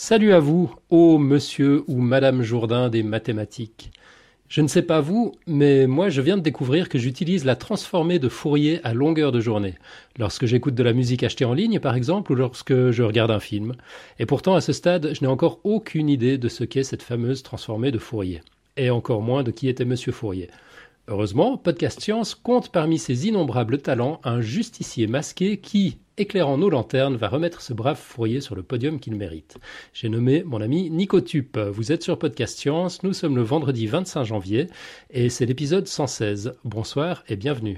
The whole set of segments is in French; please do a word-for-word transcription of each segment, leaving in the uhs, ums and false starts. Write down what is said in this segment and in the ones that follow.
Salut à vous, ô monsieur ou madame Jourdain des mathématiques. Je ne sais pas vous, mais moi je viens de découvrir que j'utilise la transformée de Fourier à longueur de journée, lorsque j'écoute de la musique achetée en ligne par exemple, ou lorsque je regarde un film. Et pourtant à ce stade, je n'ai encore aucune idée de ce qu'est cette fameuse transformée de Fourier. Et encore moins de qui était monsieur Fourier. Heureusement, Podcast Science compte parmi ses innombrables talents un justicier masqué qui, éclairant nos lanternes, va remettre ce brave Fourier sur le podium qu'il mérite. J'ai nommé mon ami Nico Tup. Vous êtes sur Podcast Science, nous sommes le vendredi vingt-cinq janvier et c'est l'épisode cent seize. Bonsoir et bienvenue.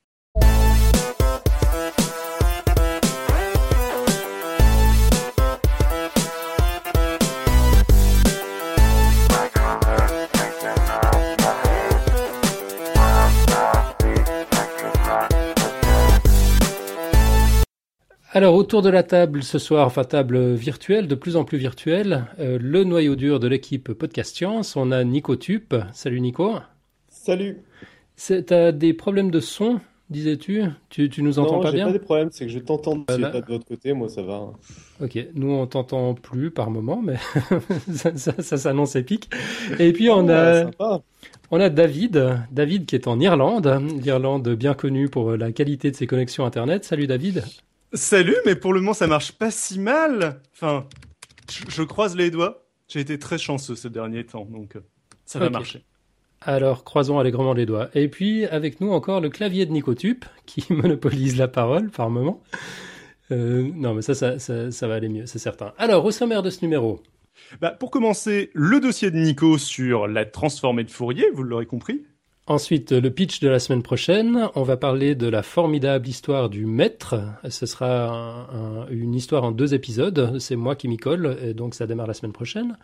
Alors, autour de la table ce soir, enfin table virtuelle, de plus en plus virtuelle, euh, le noyau dur de l'équipe Podcast Science, on a Nico Tup. Salut Nico. Salut. T'as des problèmes de son, disais-tu? Tu, tu nous entends Non, pas j'ai bien? pas des problèmes, c'est que je t'entends si Voilà. pas de l'autre côté, moi ça va. Ok, nous on t'entend plus par moment, mais ça, ça, ça s'annonce épique. Et puis on Ah, a, sympa. on a David, David qui est en Irlande, l'Irlande bien connue pour la qualité de ses connexions Internet. Salut David. Salut, mais pour le moment ça marche pas si mal. Enfin, je, je croise les doigts. J'ai été très chanceux ces derniers temps, donc euh, ça va Ok. marcher. Alors, croisons allègrement les doigts. Et puis, avec nous encore le clavier de Nicotup, qui monopolise la parole par moment. Euh, non, mais ça ça, ça, ça va aller mieux, c'est certain. Alors, au sommaire de ce numéro. Bah, pour commencer, le dossier de Nico sur la transformée de Fourier, vous l'aurez compris. Ensuite, le pitch de la semaine prochaine. On va parler de la formidable histoire du maître. Ce sera un, un, une histoire en deux épisodes. C'est moi qui m'y colle, et donc ça démarre la semaine prochaine.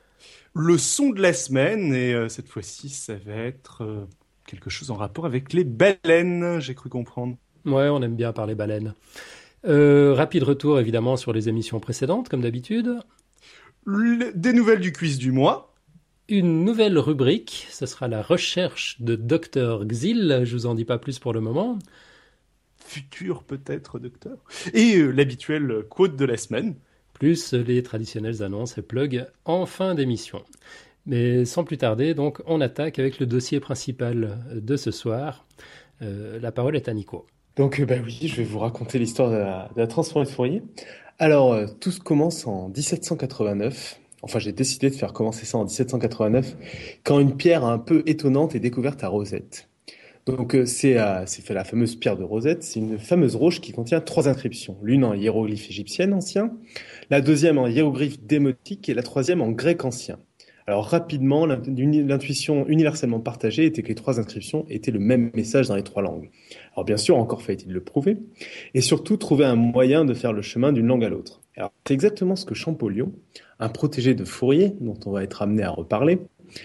Le son de la semaine, et euh, cette fois-ci, ça va être euh, quelque chose en rapport avec les baleines, j'ai cru comprendre. Ouais, on aime bien parler baleines. Euh, rapide retour, évidemment, sur les émissions précédentes, comme d'habitude. Le- des nouvelles du quiz du mois. Une nouvelle rubrique, ce sera la recherche de docteur Xil. Je vous en dis pas plus pour le moment. Futur peut-être, docteur. Et euh, l'habituel quote de la semaine. Plus les traditionnelles annonces et plugs en fin d'émission. Mais sans plus tarder, donc, on attaque avec le dossier principal de ce soir. Euh, la parole est à Nico. Donc euh, bah oui, je vais vous raconter l'histoire de la, de la transformée de Fourier. Alors, euh, tout se commence en dix-sept cent quatre-vingt-neuf. Enfin, j'ai décidé de faire commencer ça en dix-sept cent quatre-vingt-neuf, quand une pierre un peu étonnante est découverte à Rosette. Donc, euh, c'est euh, c'est fait la fameuse pierre de Rosette. C'est une fameuse roche qui contient trois inscriptions. L'une en hiéroglyphe égyptien ancien, la deuxième en hiéroglyphe démotique et la troisième en grec ancien. Alors rapidement, l'intuition universellement partagée était que les trois inscriptions étaient le même message dans les trois langues. Alors bien sûr, encore fallait-il le prouver, et surtout trouver un moyen de faire le chemin d'une langue à l'autre. Alors c'est exactement ce que Champollion, un protégé de Fourier, dont on va être amené à reparler,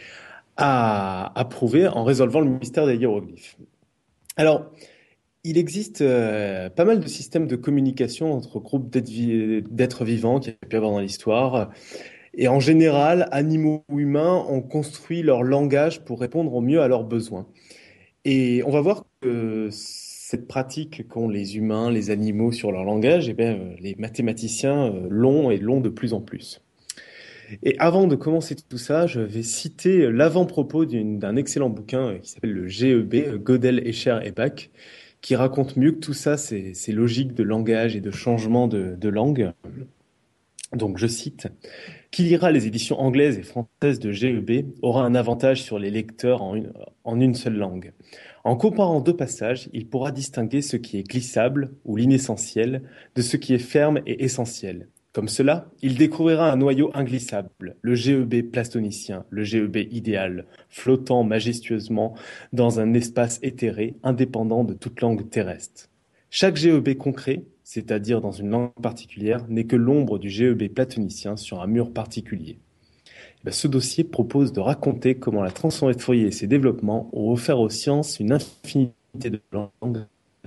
a, a prouvé en résolvant le mystère des hiéroglyphes. Alors, il existe euh, pas mal de systèmes de communication entre groupes d'êtres vi- d'êtres vivants qu'il y a pu y avoir dans l'histoire. Et en général, animaux ou humains ont construit leur langage pour répondre au mieux à leurs besoins. Et on va voir que cette pratique qu'ont les humains, les animaux sur leur langage, eh bien, euh, les mathématiciens euh, l'ont et l'ont de plus en plus. Et avant de commencer tout ça, je vais citer l'avant-propos d'une- d'un excellent bouquin euh, qui s'appelle le G E B, euh, Gödel, Escher et Bach, qui raconte mieux que tout ça ces, ces logiques de langage et de changement de, de langue. Donc je cite: qui lira les éditions anglaises et françaises de G E B aura un avantage sur les lecteurs en une, en une seule langue. En comparant deux passages, il pourra distinguer ce qui est glissable ou l'inessentiel de ce qui est ferme et essentiel. Comme cela, il découvrira un noyau inglissable, le G E B plastonicien, le G E B idéal, flottant majestueusement dans un espace éthéré, indépendant de toute langue terrestre. Chaque G E B concret, c'est-à-dire dans une langue particulière, n'est que l'ombre du G E B platonicien sur un mur particulier. Eh bien, ce dossier propose de raconter comment la transformée de Fourier et ses développements ont offert aux sciences une infinité de langues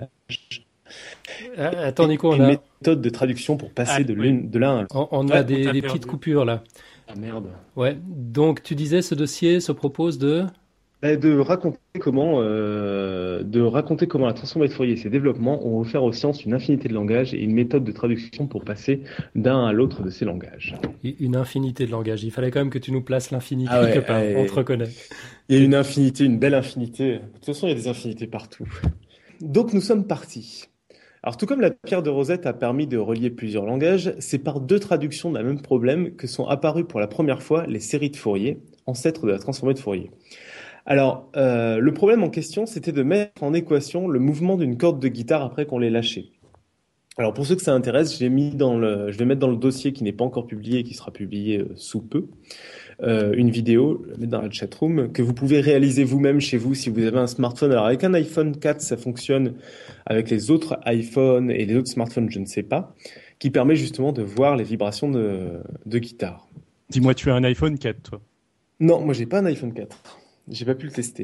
Euh, attends Nico, et on une a, méthode de traduction pour passer Ah, de oui. l'une de l'un à l'autre. on, on Ouais, a on des, t'a des perdu. petites coupures là. Ah merde. Ouais, donc tu disais ce dossier se propose de... Bah, de raconter comment, euh, de raconter comment la transformée de Fourier et ses développements ont offert aux sciences une infinité de langages et une méthode de traduction pour passer d'un à l'autre de ces langages. Une infinité de langages. Il fallait quand même que tu nous places l'infini Ah quelque ouais, part. On te ouais, reconnaît. il y a Et- une infinité, une belle infinité. De toute façon, il y a des infinités partout. Donc nous sommes partis. Alors tout comme la pierre de Rosette a permis de relier plusieurs langages, c'est par deux traductions d'un même problème que sont apparues pour la première fois les séries de Fourier, ancêtres de la transformée de Fourier. Alors, euh, le problème en question, c'était de mettre en équation le mouvement d'une corde de guitare après qu'on l'ait lâchée. Alors, pour ceux que ça intéresse, j'ai mis dans le, je vais mettre dans le dossier qui n'est pas encore publié et qui sera publié euh, sous peu, euh, une vidéo, je vais la mettre dans la chatroom, que vous pouvez réaliser vous-même chez vous si vous avez un smartphone. Alors, avec un iPhone quatre, ça fonctionne. Avec les autres iPhones et les autres smartphones, je ne sais pas, qui permet justement de voir les vibrations de, de guitare. Dis-moi, tu as un iPhone quatre, toi. Non, moi, j'ai pas un iPhone quatre. J'ai pas pu le tester.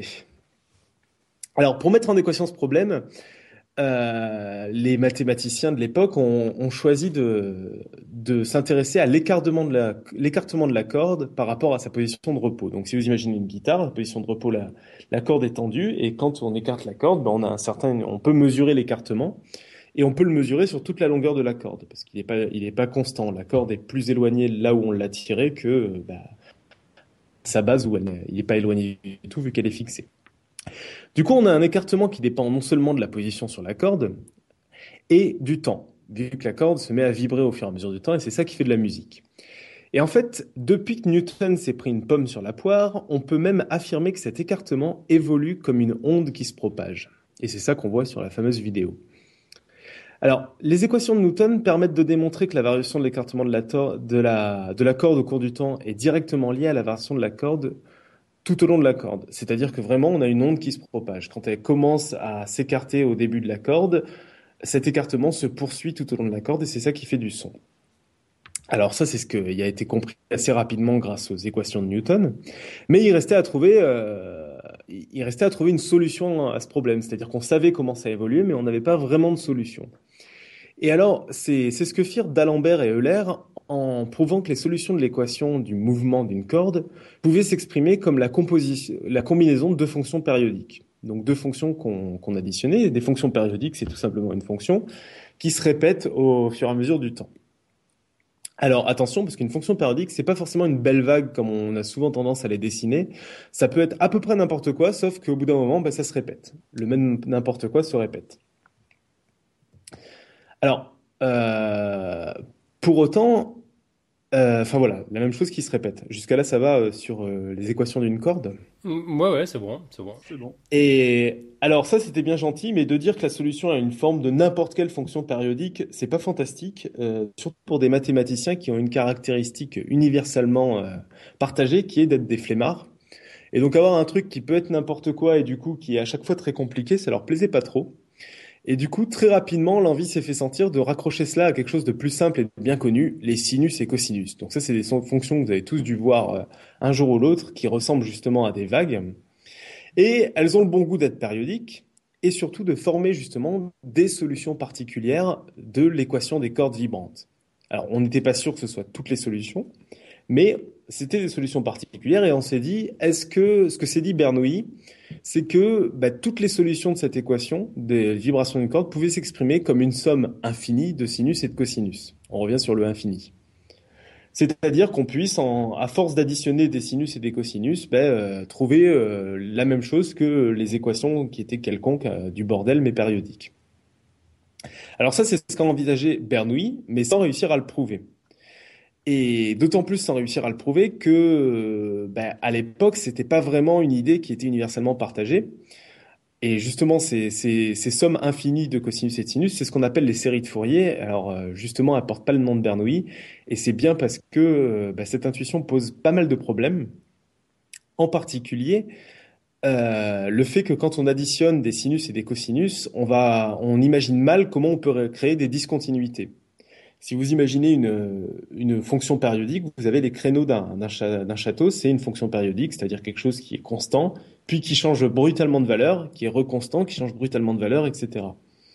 Alors, pour mettre en équation ce problème, euh, les mathématiciens de l'époque ont, ont choisi de, de s'intéresser à l'écartement de la, l'écartement de la corde par rapport à sa position de repos. Donc, si vous imaginez une guitare, la position de repos, la, la corde est tendue, et quand on écarte la corde, ben, on a un certain, on peut mesurer l'écartement, et on peut le mesurer sur toute la longueur de la corde, parce qu'il n'est pas, il est pas constant. La corde est plus éloignée là où on l'a tirée que bah, sa base où elle, il n'est pas éloigné du tout vu qu'elle est fixée. Du coup, on a un écartement qui dépend non seulement de la position sur la corde, et du temps, vu que la corde se met à vibrer au fur et à mesure du temps, et c'est ça qui fait de la musique. Et en fait, depuis que Newton s'est pris une pomme sur la poire, on peut même affirmer que cet écartement évolue comme une onde qui se propage. Et c'est ça qu'on voit sur la fameuse vidéo. Alors, les équations de Newton permettent de démontrer que la variation de l'écartement de la, de, la, de la corde au cours du temps est directement liée à la variation de la corde tout au long de la corde. C'est-à-dire que vraiment, on a une onde qui se propage. Quand elle commence à s'écarter au début de la corde, cet écartement se poursuit tout au long de la corde et c'est ça qui fait du son. Alors ça, c'est ce qui a été compris assez rapidement grâce aux équations de Newton, mais il restait à trouver, euh, il restait à trouver une solution à ce problème. C'est-à-dire qu'on savait comment ça évoluait, mais on n'avait pas vraiment de solution. Et alors, c'est c'est ce que firent D'Alembert et Euler en prouvant que les solutions de l'équation du mouvement d'une corde pouvaient s'exprimer comme la, composition, la combinaison de deux fonctions périodiques. Donc deux fonctions qu'on qu'on additionnait. Des fonctions périodiques, c'est tout simplement une fonction qui se répète au fur et à mesure du temps. Alors attention, parce qu'une fonction périodique, c'est pas forcément une belle vague comme on a souvent tendance à les dessiner. Ça peut être à peu près n'importe quoi, sauf qu'au bout d'un moment, bah, ça se répète. Le même n'importe quoi se répète. Alors, euh, pour autant, euh, enfin voilà, la même chose qui se répète. Jusqu'à là, ça va euh, sur euh, les équations d'une corde. Mm, Ouais, ouais, c'est bon, c'est bon. C'est bon. Et alors ça, c'était bien gentil, mais de dire que la solution a une forme de n'importe quelle fonction périodique, c'est pas fantastique, euh, surtout pour des mathématiciens qui ont une caractéristique universellement euh, partagée, qui est d'être des flemmards. Et donc avoir un truc qui peut être n'importe quoi et du coup qui est à chaque fois très compliqué, ça leur plaisait pas trop. Et du coup, très rapidement, l'envie s'est fait sentir de raccrocher cela à quelque chose de plus simple et de bien connu, les sinus et cosinus. Donc ça, c'est des son- fonctions que vous avez tous dû voir euh, un jour ou l'autre, qui ressemblent justement à des vagues. Et elles ont le bon goût d'être périodiques et surtout de former justement des solutions particulières de l'équation des cordes vibrantes. Alors, on n'était pas sûr que ce soit toutes les solutions, mais c'était des solutions particulières et on s'est dit, est-ce que ce que s'est dit Bernoulli, c'est que bah, toutes les solutions de cette équation des vibrations d'une corde pouvaient s'exprimer comme une somme infinie de sinus et de cosinus. On revient sur le infini. C'est-à-dire qu'on puisse, en, à force d'additionner des sinus et des cosinus, ben, euh, trouver euh, la même chose que les équations qui étaient quelconques euh, du bordel mais périodiques. Alors ça, c'est ce qu'a envisagé Bernoulli, mais sans réussir à le prouver. Et d'autant plus sans réussir à le prouver que, euh, ben, à l'époque, c'était pas vraiment une idée qui était universellement partagée. Et justement, ces, ces, ces sommes infinies de cosinus et de sinus, c'est ce qu'on appelle les séries de Fourier. Alors, euh, justement, elles portent pas le nom de Bernoulli. Et c'est bien parce que euh, bah, cette intuition pose pas mal de problèmes. En particulier, euh, le fait que quand on additionne des sinus et des cosinus, on va, on imagine mal comment on peut créer des discontinuités. Si vous imaginez une, une fonction périodique, vous avez les créneaux d'un d'un cha- d'un château, c'est une fonction périodique, c'est-à-dire quelque chose qui est constant, puis qui change brutalement de valeur, qui est reconstant, qui change brutalement de valeur, et cetera.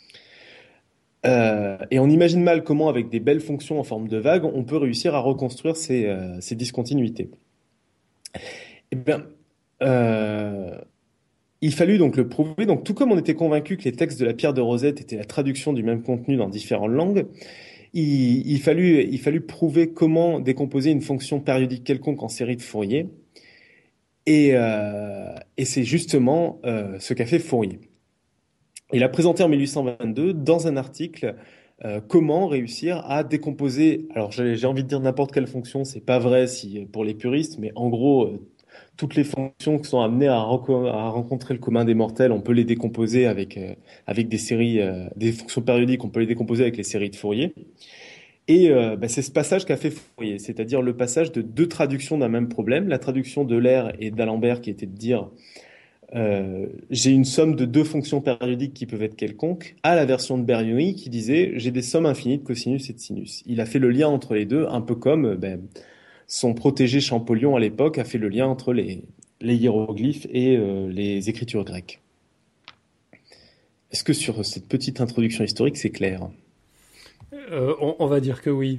Euh, et on imagine mal comment, avec des belles fonctions en forme de vague, on peut réussir à reconstruire ces, euh, ces discontinuités. Eh bien, euh, Il fallut donc le prouver. Donc, tout comme on était convaincu que les textes de la Pierre de Rosette étaient la traduction du même contenu dans différentes langues, il, il fallut, il fallut prouver comment décomposer une fonction périodique quelconque en série de Fourier. Et, euh, et c'est justement euh, ce qu'a fait Fourier. Il a présenté en mille huit cent vingt-deux dans un article euh, comment réussir à décomposer. Alors j'ai, j'ai envie de dire n'importe quelle fonction, c'est pas vrai si pour les puristes, mais en gros euh, toutes les fonctions qui sont amenées à, reco- à rencontrer le commun des mortels, on peut les décomposer avec euh, avec des séries, euh, des fonctions périodiques, on peut les décomposer avec les séries de Fourier. Et euh, bah, c'est ce passage qu'a fait Fourier, c'est-à-dire le passage de deux traductions d'un même problème, la traduction d'Euler et d'Alembert qui était de dire euh, j'ai une somme de deux fonctions périodiques qui peuvent être quelconques, à la version de Bernoulli qui disait j'ai des sommes infinies de cosinus et de sinus. Il a fait le lien entre les deux, un peu comme ben, son protégé Champollion à l'époque a fait le lien entre les, les hiéroglyphes et euh, les écritures grecques. Est-ce que sur cette petite introduction historique, c'est clair? Euh, on, on va dire que oui.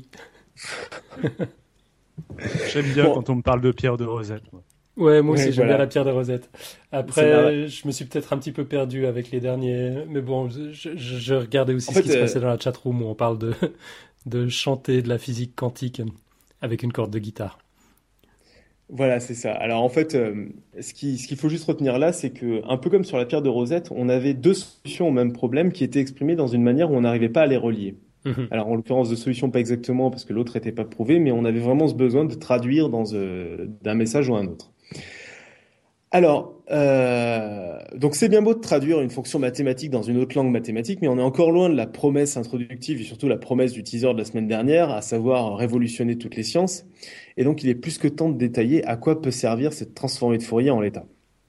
J'aime bien Bon. quand on me parle de Pierre de Rosette. Moi. Ouais, moi aussi, Ouais, j'aime voilà. bien la Pierre des Rosettes. C'est Après, merveilleux. je me suis peut-être un petit peu perdu avec les derniers, mais bon, je, je- je regardais aussi En ce qui fait, se euh, passait dans la chatroom où on parle de, de chanter de la physique quantique avec une corde de guitare. Voilà, c'est ça. Alors en fait, euh, ce qui, ce qu'il faut juste retenir là, c'est que, un peu comme sur la pierre de Rosette, on avait deux solutions au même problème qui étaient exprimées dans une manière où on n'arrivait pas à les relier. Mhm. Alors en l'occurrence, deux solutions pas exactement parce que l'autre n'était pas prouvé, mais on avait vraiment ce besoin de traduire dans, euh, d'un message ou un autre. Alors, euh, donc c'est bien beau de traduire une fonction mathématique dans une autre langue mathématique, mais on est encore loin de la promesse introductive et surtout la promesse du teaser de la semaine dernière, à savoir révolutionner toutes les sciences. Et donc il est plus que temps de détailler à quoi peut servir cette transformée de Fourier en l'état.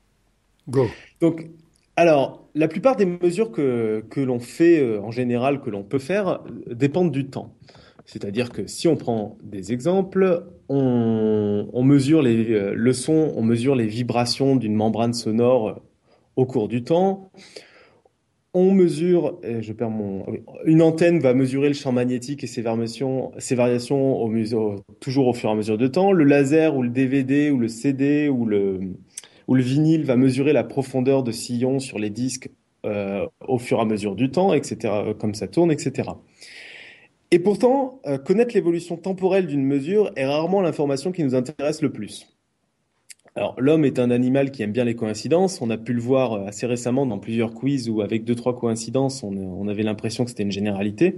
Go. Donc, alors, la plupart des mesures que, que l'on fait euh, en général, que l'on peut faire, euh, dépendent du temps. C'est-à-dire que si on prend des exemples, on, on mesure les euh, le son, on mesure les vibrations d'une membrane sonore euh, au cours du temps. On mesure, et je perds mon, oui, une antenne va mesurer le champ magnétique et ses variations, ses variations au, mus- au- toujours au fur et à mesure de temps. Le laser ou le D V D ou le C D ou le, ou le vinyle va mesurer la profondeur de sillon sur les disques euh, au fur et à mesure du temps, et cetera, comme ça tourne, et cetera. Et pourtant, euh, connaître l'évolution temporelle d'une mesure est rarement l'information qui nous intéresse le plus. Alors, l'homme est un animal qui aime bien les coïncidences. On a pu le voir euh, assez récemment dans plusieurs quiz où, avec deux, trois coïncidences, on, on avait l'impression que c'était une généralité.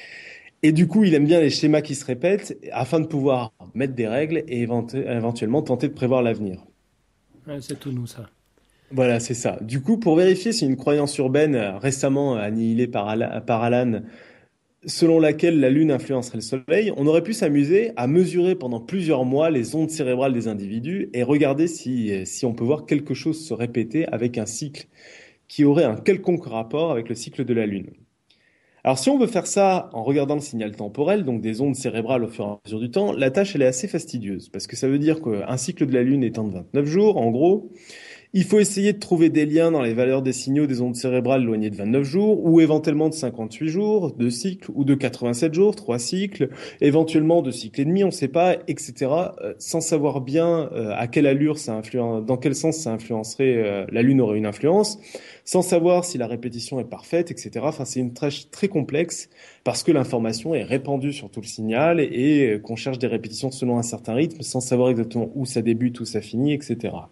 Et du coup, il aime bien les schémas qui se répètent afin de pouvoir mettre des règles et éventu- éventuellement tenter de prévoir l'avenir. Ouais, c'est tout nous, ça. Voilà, c'est ça. Du coup, pour vérifier si une croyance urbaine euh, récemment annihilée par, Ala- par Alan, selon laquelle la Lune influencerait le Soleil, on aurait pu s'amuser à mesurer pendant plusieurs mois les ondes cérébrales des individus et regarder si, si on peut voir quelque chose se répéter avec un cycle qui aurait un quelconque rapport avec le cycle de la Lune. Alors si on veut faire ça en regardant le signal temporel, donc des ondes cérébrales au fur et à mesure du temps, la tâche elle est assez fastidieuse, parce que ça veut dire qu'un cycle de la Lune étant de vingt-neuf jours, en gros, il faut essayer de trouver des liens dans les valeurs des signaux des ondes cérébrales éloignées de vingt-neuf jours, ou éventuellement de cinquante-huit jours, deux cycles, ou de quatre-vingt-sept jours, trois cycles, éventuellement deux cycles et demi, on ne sait pas, et cetera, euh, sans savoir bien euh, à quelle allure ça influence, dans quel sens ça influencerait, euh, la Lune aurait une influence, sans savoir si la répétition est parfaite, et cetera. Enfin, c'est une tâche très complexe, parce que l'information est répandue sur tout le signal, et, et qu'on cherche des répétitions selon un certain rythme, sans savoir exactement où ça débute, où ça finit, et cetera.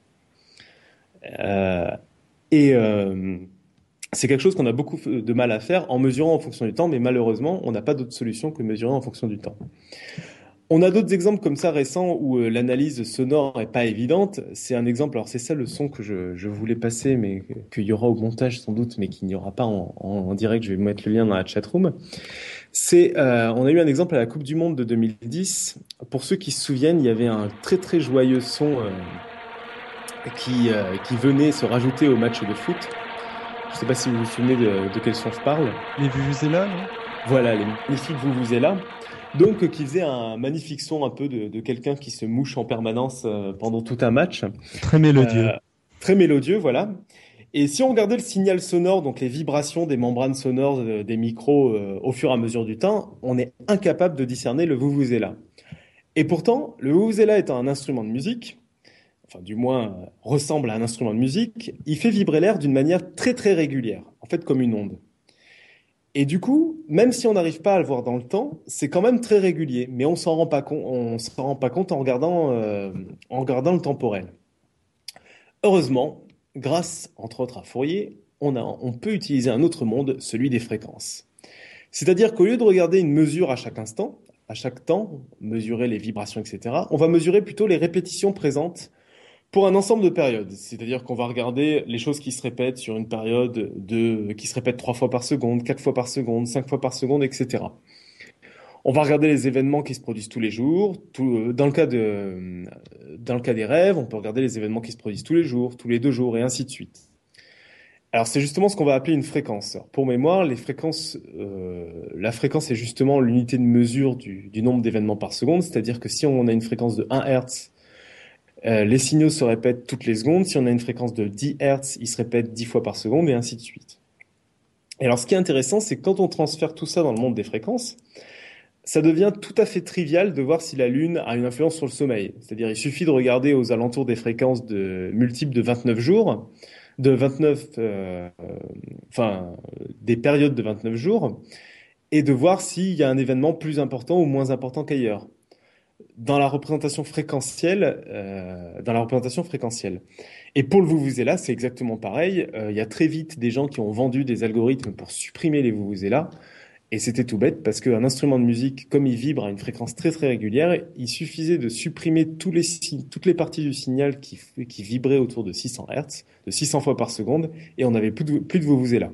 Euh, et euh, c'est quelque chose qu'on a beaucoup de mal à faire en mesurant en fonction du temps, mais malheureusement, on n'a pas d'autre solution que mesurer en fonction du temps. On a d'autres exemples comme ça récents où euh, l'analyse sonore est pas évidente. C'est un exemple, alors c'est ça le son que je, je voulais passer, mais qu'il y aura au montage sans doute, mais qu'il n'y aura pas en, en, en direct. Je vais mettre le lien dans la chatroom. C'est, euh, on a eu un exemple à la Coupe du Monde de deux mille dix. Pour ceux qui se souviennent, il y avait un très très joyeux son euh, qui, euh, qui venait se rajouter au match de foot. Je ne sais pas si vous vous souvenez de, de quel son je parle. Les vuvuzelas, non? Voilà, les magnifiques vuvuzelas. Donc, euh, qui faisait un magnifique son un peu de, de quelqu'un qui se mouche en permanence euh, pendant tout un match. Très mélodieux. Euh, très mélodieux, voilà. Et si on regardait le signal sonore, donc les vibrations des membranes sonores euh, des micros euh, au fur et à mesure du temps, on est incapable de discerner le vuvuzela. Et pourtant, le vuvuzela étant un instrument de musique, enfin du moins euh, ressemble à un instrument de musique, il fait vibrer l'air d'une manière très très régulière, en fait comme une onde. Et du coup, même si on n'arrive pas à le voir dans le temps, c'est quand même très régulier, mais on s'en rend pas compte, on s'en rend pas compte en regardant, euh, en regardant le temporel. Heureusement, grâce entre autres à Fourier, on a, on peut utiliser un autre monde, celui des fréquences. C'est-à-dire qu'au lieu de regarder une mesure à chaque instant, à chaque temps, mesurer les vibrations, et cetera, on va mesurer plutôt les répétitions présentes pour un ensemble de périodes. C'est-à-dire qu'on va regarder les choses qui se répètent sur une période de, qui se répètent trois fois par seconde, quatre fois par seconde, cinq fois par seconde, et cetera. On va regarder les événements qui se produisent tous les jours. Tout, dans le cas de, dans le cas des rêves, on peut regarder les événements qui se produisent tous les jours, tous les deux jours, et ainsi de suite. Alors c'est justement ce qu'on va appeler une fréquence. Alors, pour mémoire, les fréquences, euh, la fréquence est justement l'unité de mesure du, du nombre d'événements par seconde. C'est-à-dire que si on a une fréquence de un hertz, euh, les signaux se répètent toutes les secondes. Si on a une fréquence de dix hertz, ils se répètent dix fois par seconde, et ainsi de suite. Et alors ce qui est intéressant, c'est que quand on transfère tout ça dans le monde des fréquences, ça devient tout à fait trivial de voir si la Lune a une influence sur le sommeil. C'est-à-dire, il suffit de regarder aux alentours des fréquences de, multiples de vingt-neuf jours, de vingt-neuf, euh, enfin, des périodes de vingt-neuf jours, et de voir s'il y a un événement plus important ou moins important qu'ailleurs. Dans la représentation fréquentielle, euh, dans la représentation fréquentielle. Et pour le vuvuzela, c'est exactement pareil. Euh, il y a très vite des gens qui ont vendu des algorithmes pour supprimer les vuvuzelas. Et c'était tout bête parce qu'un instrument de musique, comme il vibre à une fréquence très très régulière, il suffisait de supprimer tous les, toutes les parties du signal qui, qui vibraient autour de six cents hertz, de six cents fois par seconde, et on n'avait plus de, plus de vuvuzela.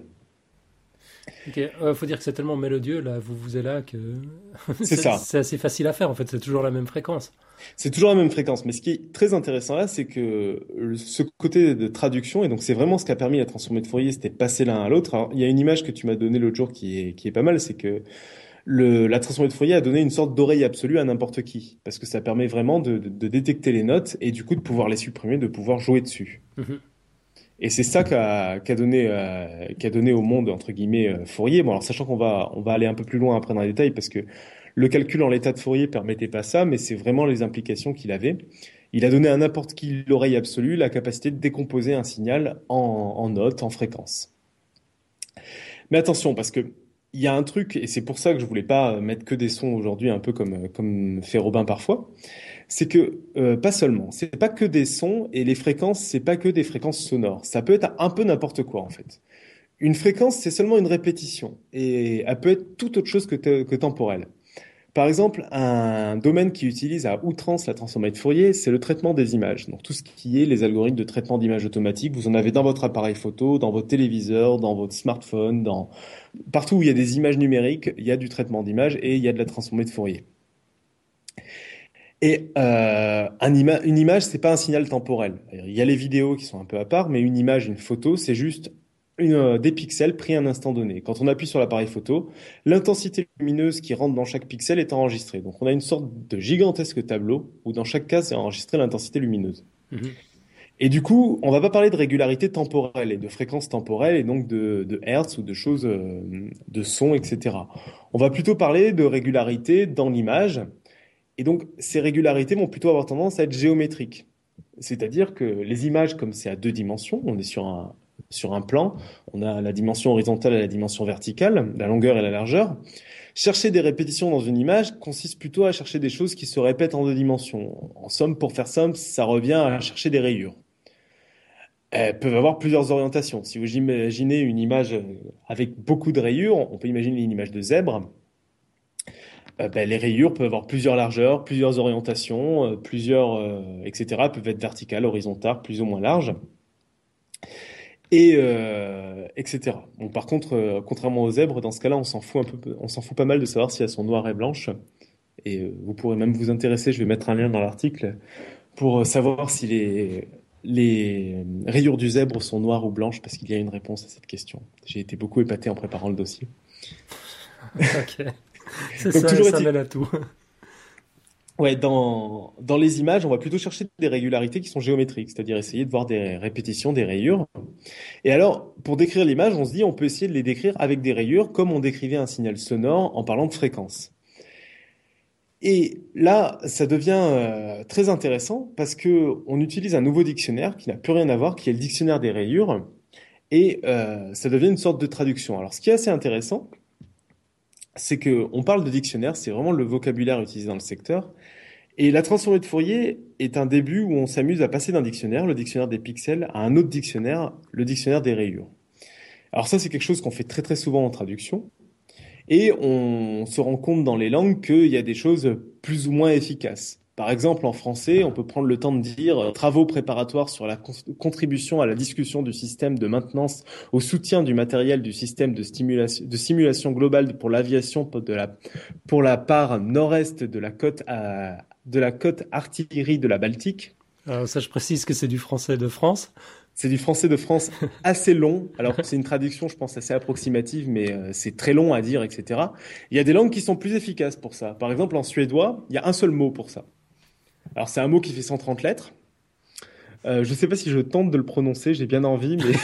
Ok, euh, faut dire que c'est tellement mélodieux là, vous vous êtes là que c'est ça. C'est assez facile à faire en fait, c'est toujours la même fréquence. C'est toujours la même fréquence, mais ce qui est très intéressant là, c'est que ce côté de traduction, et donc c'est vraiment ce qui a permis la transformée de Fourier, c'était passer l'un à l'autre. Alors, il y a une image que tu m'as donnée l'autre jour qui est, qui est pas mal, c'est que le, la transformée de Fourier a donné une sorte d'oreille absolue à n'importe qui, parce que ça permet vraiment de, de, de détecter les notes et du coup de pouvoir les supprimer, de pouvoir jouer dessus. Mm-hmm. Et c'est ça qu'a qu'a donné, euh, qu'a donné au monde, entre guillemets, euh, Fourier. Bon, alors sachant qu'on va, on va aller un peu plus loin après dans les détails, parce que le calcul en l'état de Fourier permettait pas ça, mais c'est vraiment les implications qu'il avait. Il a donné à n'importe qui l'oreille absolue, la capacité de décomposer un signal en, en notes, en fréquences. Mais attention, parce que il y a un truc, et c'est pour ça que je voulais pas mettre que des sons aujourd'hui, un peu comme, comme fait Robin parfois, c'est que euh, pas seulement, c'est pas que des sons, et les fréquences, c'est pas que des fréquences sonores. Ça peut être un peu n'importe quoi en fait. Une fréquence, c'est seulement une répétition, et elle peut être tout autre chose que, te, que temporelle. Par exemple, un domaine qui utilise à outrance la transformée de Fourier, c'est le traitement des images. Donc tout ce qui est les algorithmes de traitement d'images automatique, vous en avez dans votre appareil photo, dans votre téléviseur, dans votre smartphone, dans partout où il y a des images numériques, il y a du traitement d'images et il y a de la transformée de Fourier. Et euh, un ima- une image, c'est pas un signal temporel. Il y a les vidéos qui sont un peu à part, mais une image, une photo, c'est juste une, euh, des pixels pris à un instant donné. Quand on appuie sur l'appareil photo, l'intensité lumineuse qui rentre dans chaque pixel est enregistrée. Donc on a une sorte de gigantesque tableau où dans chaque case est enregistrée l'intensité lumineuse. Mm-hmm. Et du coup, on va pas parler de régularité temporelle et de fréquence temporelle et donc de, de hertz ou de choses, euh, de son, et cetera. On va plutôt parler de régularité dans l'image. Et donc, ces régularités vont plutôt avoir tendance à être géométriques. C'est-à-dire que les images, comme c'est à deux dimensions, on est sur un, sur un plan, on a la dimension horizontale et la dimension verticale, la longueur et la largeur. Chercher des répétitions dans une image consiste plutôt à chercher des choses qui se répètent en deux dimensions. En somme, pour faire simple, ça revient à chercher des rayures. Elles peuvent avoir plusieurs orientations. Si vous imaginez une image avec beaucoup de rayures, on peut imaginer une image de zèbre. Euh, ben, les rayures peuvent avoir plusieurs largeurs, plusieurs orientations, euh, plusieurs, euh, et cetera. Elles peuvent être verticales, horizontales, plus ou moins larges, et euh, et cetera. Bon, par contre, euh, contrairement aux zèbres, dans ce cas-là, on s'en fout un peu, on s'en fout pas mal de savoir si elles sont noires et blanches. Et euh, vous pourrez même vous intéresser. Je vais mettre un lien dans l'article pour savoir si les les rayures du zèbre sont noires ou blanches, parce qu'il y a une réponse à cette question. J'ai été beaucoup épaté en préparant le dossier. Ok. C'est Donc, ça, toujours ça est-il- mêle à tout. Ouais, dans, dans les images, on va plutôt chercher des régularités qui sont géométriques, c'est-à-dire essayer de voir des répétitions, des rayures. Et alors, pour décrire l'image, on se dit on peut essayer de les décrire avec des rayures, comme on décrivait un signal sonore en parlant de fréquence. Et là, ça devient euh, très intéressant parce que on utilise un nouveau dictionnaire qui n'a plus rien à voir, qui est le dictionnaire des rayures, et euh, ça devient une sorte de traduction. Alors, ce qui est assez intéressant, c'est que on parle de dictionnaire, c'est vraiment le vocabulaire utilisé dans le secteur. Et la transformée de Fourier est un début où on s'amuse à passer d'un dictionnaire, le dictionnaire des pixels, à un autre dictionnaire, le dictionnaire des rayures. Alors ça, c'est quelque chose qu'on fait très très souvent en traduction. Et on se rend compte dans les langues qu'il y a des choses plus ou moins efficaces. Par exemple, en français, on peut prendre le temps de dire euh, travaux préparatoires sur la con- contribution à la discussion du système de maintenance au soutien du matériel du système de, stimulation, de simulation globale pour l'aviation pour, de la, pour la part nord-est de la côte à, de la côte artillerie de la Baltique. Alors ça, je précise que c'est du français de France. C'est du français de France assez long. Alors, c'est une traduction, je pense, assez approximative, mais euh, c'est très long à dire, et cetera. Il y a des langues qui sont plus efficaces pour ça. Par exemple, en suédois, il y a un seul mot pour ça. Alors, c'est un mot qui fait cent trente lettres. Euh, je ne sais pas si je tente de le prononcer, j'ai bien envie, mais...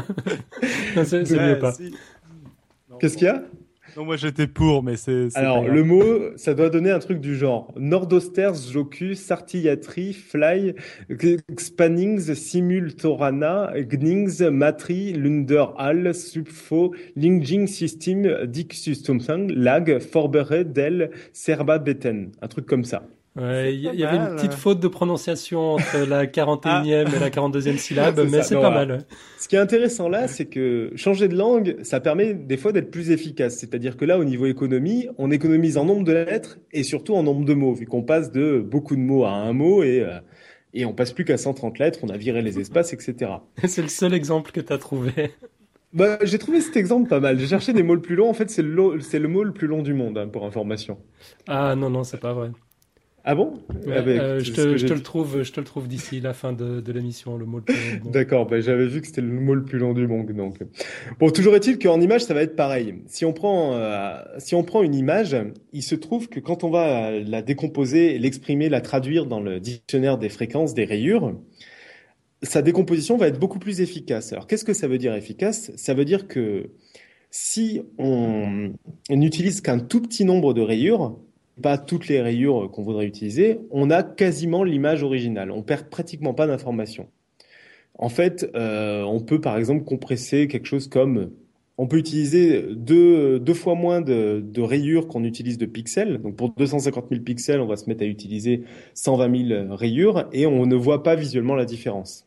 Non, c'est c'est Ouais, mieux pas. si. Non, Qu'est-ce qu'il y a? non, moi j'étais pour, mais c'est. c'est pas Alors, grave. le mot, ça doit donner un truc du genre Nordosters, Joku, Sartillatri, Fly, Spannings, Simultorana, Gnings, Matri, Lunderhall, Subfo, Lingjing System, Dixustumsang, Lag, Forbere, Del, Serba, Beten. Un truc comme ça. Ouais, il y, pas il y avait une mal. petite faute de prononciation entre la quarante et unième et la quarante-deuxième syllabe, C'est mais ça. c'est Non, pas voilà. mal. Ouais. Ce qui est intéressant là, c'est que changer de langue, ça permet des fois d'être plus efficace. C'est-à-dire que là, au niveau économie, on économise en nombre de lettres et surtout en nombre de mots, vu qu'on passe de beaucoup de mots à un mot et, euh, et on passe plus qu'à cent trente lettres, on a viré les espaces, et cetera. C'est le seul exemple que tu as trouvé. Bah, j'ai trouvé cet exemple pas mal. J'ai cherché des mots le plus long. En fait, c'est le, lo- c'est le mot le plus long du monde, hein, pour information. Ah non, non, c'est pas vrai. Ah bon? Ouais, Ah bah, euh, écoute, je c'est ce te, que je j'ai te le dit. trouve, je te le trouve d'ici la fin de, de l'émission, le mot le plus long du monde. D'accord, bah, j'avais vu que c'était le mot le plus long du monde, donc. Bon, toujours est-il qu'en image, ça va être pareil. Si on prend, euh, si on prend une image, il se trouve que quand on va la décomposer, l'exprimer, la traduire dans le dictionnaire des fréquences, des rayures, sa décomposition va être beaucoup plus efficace. Alors, qu'est-ce que ça veut dire efficace? Ça veut dire que si on, on n'utilise qu'un tout petit nombre de rayures, pas toutes les rayures qu'on voudrait utiliser, on a quasiment l'image originale. On perd pratiquement pas d'informations. En fait, euh, on peut par exemple compresser quelque chose comme, on peut utiliser deux, deux fois moins de, de rayures qu'on utilise de pixels. Donc pour deux cent cinquante mille pixels, on va se mettre à utiliser cent vingt mille rayures et on ne voit pas visuellement la différence.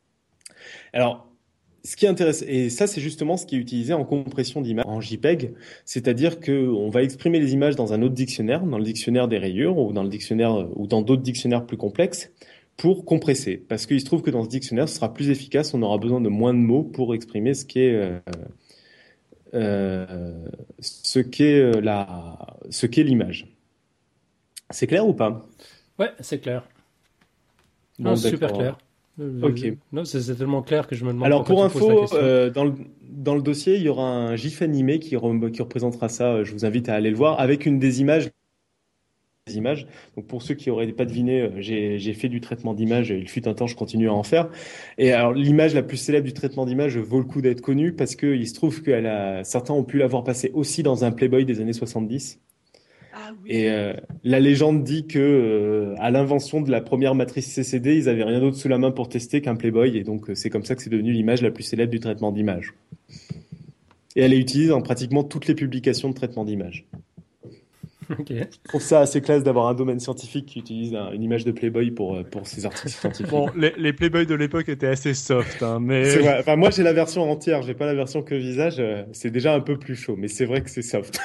Alors, ce qui est intéressant, et ça c'est justement ce qui est utilisé en compression d'images en JPEG, c'est-à-dire que on va exprimer les images dans un autre dictionnaire, dans le dictionnaire des rayures ou dans le dictionnaire ou dans d'autres dictionnaires plus complexes pour compresser, parce qu'il se trouve que dans ce dictionnaire, ce sera plus efficace, on aura besoin de moins de mots pour exprimer ce qu'est euh, euh, ce qu'est euh, la ce qu'est l'image. C'est clair ou pas? Ouais, c'est clair. Bon, Non, c'est super d'accord. clair. Euh, Ok. je- Non, c'est c'est tellement clair que je me demande Alors pourquoi pour tu poses la info, question. euh, dans le, dans le dossier, il y aura un GIF animé qui, re- qui représentera ça. Je vous invite à aller le voir avec une des images. Des images. Donc pour ceux qui n'auraient pas deviné, euh, j'ai, j'ai fait du traitement d'image. Il fut un temps, je continue à en faire. Et alors l'image la plus célèbre du traitement d'image vaut le coup d'être connue parce que il se trouve que certains ont pu l'avoir passée aussi dans un Playboy des années soixante-dix. Ah oui. Et euh, la légende dit que euh, à l'invention de la première matrice C C D, ils avaient rien d'autre sous la main pour tester qu'un Playboy, et donc euh, c'est comme ça que c'est devenu l'image la plus célèbre du traitement d'image. Et elle est utilisée dans pratiquement toutes les publications de traitement d'image. Ok. Je trouve ça assez classe d'avoir un domaine scientifique qui utilise un- une image de Playboy pour euh, pour ses articles scientifiques. Bon, les, les Playboys de l'époque étaient assez soft, hein, mais. C'est vrai. Enfin, moi j'ai la version entière, j'ai pas la version que visage. euh, c'est déjà un peu plus chaud, mais c'est vrai que c'est soft.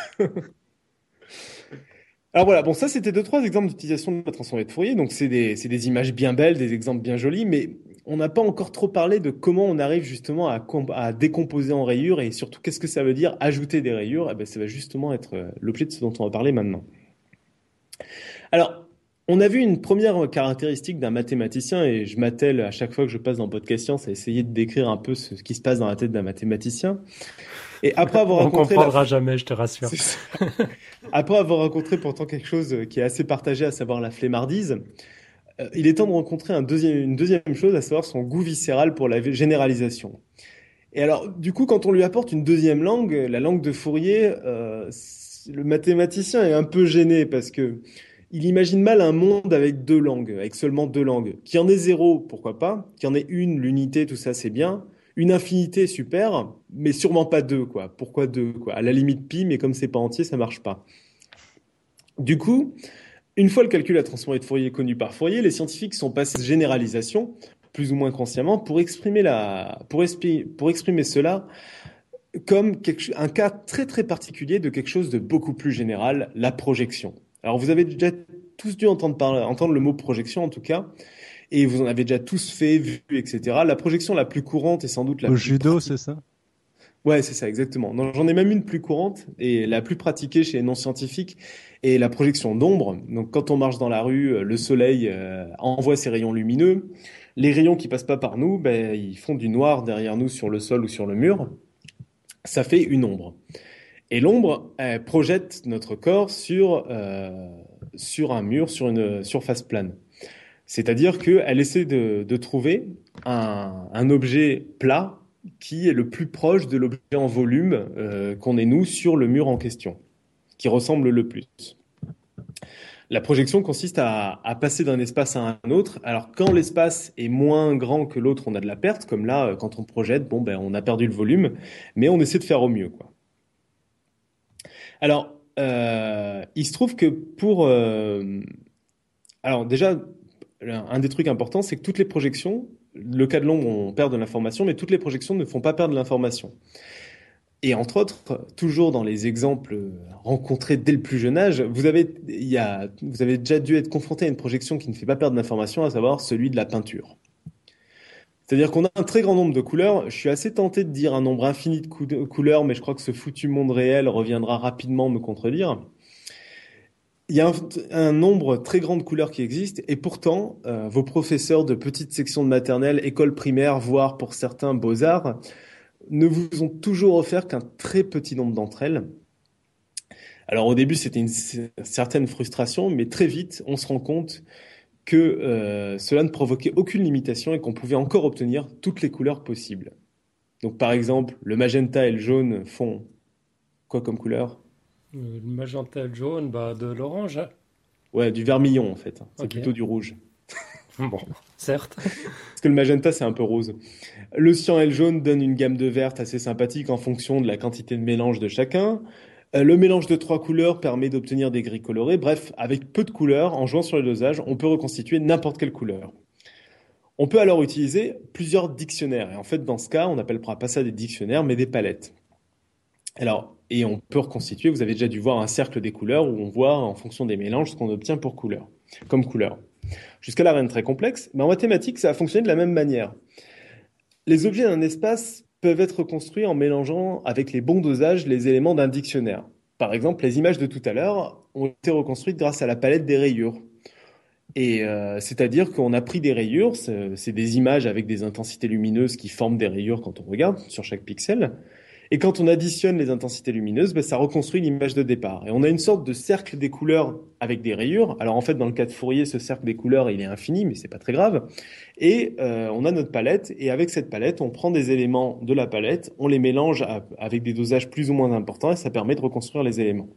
Alors voilà, bon, ça c'était deux, trois exemples d'utilisation de la transformée de Fourier. Donc c'est des, c'est des images bien belles, des exemples bien jolis, mais on n'a pas encore trop parlé de comment on arrive justement à, com- à décomposer en rayures et surtout qu'est-ce que ça veut dire ajouter des rayures. Eh ben, ça va justement être euh, l'objet de ce dont on va parler maintenant. Alors, on a vu une première caractéristique d'un mathématicien et je m'attelle à chaque fois que je passe dans Podcast Science à essayer de décrire un peu ce, ce qui se passe dans la tête d'un mathématicien. Et après avoir On rencontré la comprendra jamais, je te rassure. C'est ça. Après avoir rencontré pourtant quelque chose qui est assez partagé, à savoir la flemmardise, euh, il est temps de rencontrer un deuxième, une deuxième chose, à savoir son goût viscéral pour la généralisation. Et alors, du coup, quand on lui apporte une deuxième langue, la langue de Fourier, euh, c- le mathématicien est un peu gêné parce que il imagine mal un monde avec deux langues, avec seulement deux langues. Qu'il y en ait zéro, pourquoi pas? Qu'il y en ait une, l'unité, tout ça, c'est bien. Une infinité, super, mais sûrement pas deux, quoi. Pourquoi deux, quoi? À la limite pi, mais comme c'est pas entier, ça marche pas. Du coup, une fois le calcul à transformée de Fourier connu par Fourier, les scientifiques sont passés à cette généralisation, plus ou moins consciemment, pour exprimer la, pour exprimer, pour exprimer cela comme quelque, un cas très très particulier de quelque chose de beaucoup plus général, la projection. Alors vous avez déjà tous dû entendre, parler, entendre le mot projection en tout cas, et vous en avez déjà tous fait, vu, et cetera. La projection la plus courante et sans doute la Au plus judo, pratique. c'est ça? Ouais, c'est ça, exactement. Non, j'en ai même une plus courante et la plus pratiquée chez les non-scientifiques est la projection d'ombre. Donc quand on marche dans la rue, le soleil euh, envoie ses rayons lumineux. Les rayons qui passent pas par nous, ben, ils font du noir derrière nous sur le sol ou sur le mur. Ça fait une ombre. Et l'ombre, elle projette notre corps sur, euh, sur un mur, sur une surface plane. C'est-à-dire qu'elle essaie de, de trouver un, un objet plat qui est le plus proche de l'objet en volume euh, qu'on est nous sur le mur en question, qui ressemble le plus. La projection consiste à, à passer d'un espace à un autre. Alors quand l'espace est moins grand que l'autre, on a de la perte, comme là, quand on projette, bon, ben, on a perdu le volume, mais on essaie de faire au mieux, quoi. Alors, euh, il se trouve que pour... euh, alors déjà, un des trucs importants, c'est que toutes les projections, le cas de l'ombre, on perd de l'information, mais toutes les projections ne font pas perdre de l'information. Et entre autres, toujours dans les exemples rencontrés dès le plus jeune âge, vous avez, il y a, vous avez déjà dû être confronté à une projection qui ne fait pas perdre d'information, à savoir celui de la peinture. C'est-à-dire qu'on a un très grand nombre de couleurs. Je suis assez tenté de dire un nombre infini de, cou- de couleurs, mais je crois que ce foutu monde réel reviendra rapidement me contredire. Il y a un, un nombre très grand de couleurs qui existent, et pourtant, euh, vos professeurs de petites sections de maternelle, école primaire, voire pour certains beaux-arts, ne vous ont toujours offert qu'un très petit nombre d'entre elles. Alors au début, c'était une c- certaine frustration, mais très vite, on se rend compte que euh, cela ne provoquait aucune limitation et qu'on pouvait encore obtenir toutes les couleurs possibles. Donc par exemple, le magenta et le jaune font quoi comme couleur? Euh, Le magenta et le jaune, bah, de l'orange, hein. Ouais, du vermillon en fait. C'est Ok. plutôt du rouge. Bon, certes. Parce que le magenta, c'est un peu rose. Le cyan et le jaune donnent une gamme de vertes assez sympathique en fonction de la quantité de mélange de chacun. Euh, Le mélange de trois couleurs permet d'obtenir des gris colorés. Bref, avec peu de couleurs, en jouant sur le dosage, on peut reconstituer n'importe quelle couleur. On peut alors utiliser plusieurs dictionnaires. Et en fait, dans ce cas, on n'appellera pas ça des dictionnaires, mais des palettes. Alors, et on peut reconstituer, vous avez déjà dû voir un cercle des couleurs où on voit en fonction des mélanges ce qu'on obtient pour couleur, comme couleur. Jusqu'à là, rien de très complexe, mais en mathématiques, ça a fonctionné de la même manière. Les objets d'un espace peuvent être construits en mélangeant avec les bons dosages les éléments d'un dictionnaire. Par exemple, les images de tout à l'heure ont été reconstruites grâce à la palette des rayures. Et euh, c'est-à-dire qu'on a pris des rayures, c'est c'est des images avec des intensités lumineuses qui forment des rayures quand on regarde sur chaque pixel. Et quand on additionne les intensités lumineuses, ben, ça reconstruit l'image de départ. Et on a une sorte de cercle des couleurs avec des rayures. Alors en fait, dans le cas de Fourier, ce cercle des couleurs, il est infini, mais c'est pas très grave. Et euh, on a notre palette, et avec cette palette, on prend des éléments de la palette, on les mélange à- avec des dosages plus ou moins importants, et ça permet de reconstruire les éléments.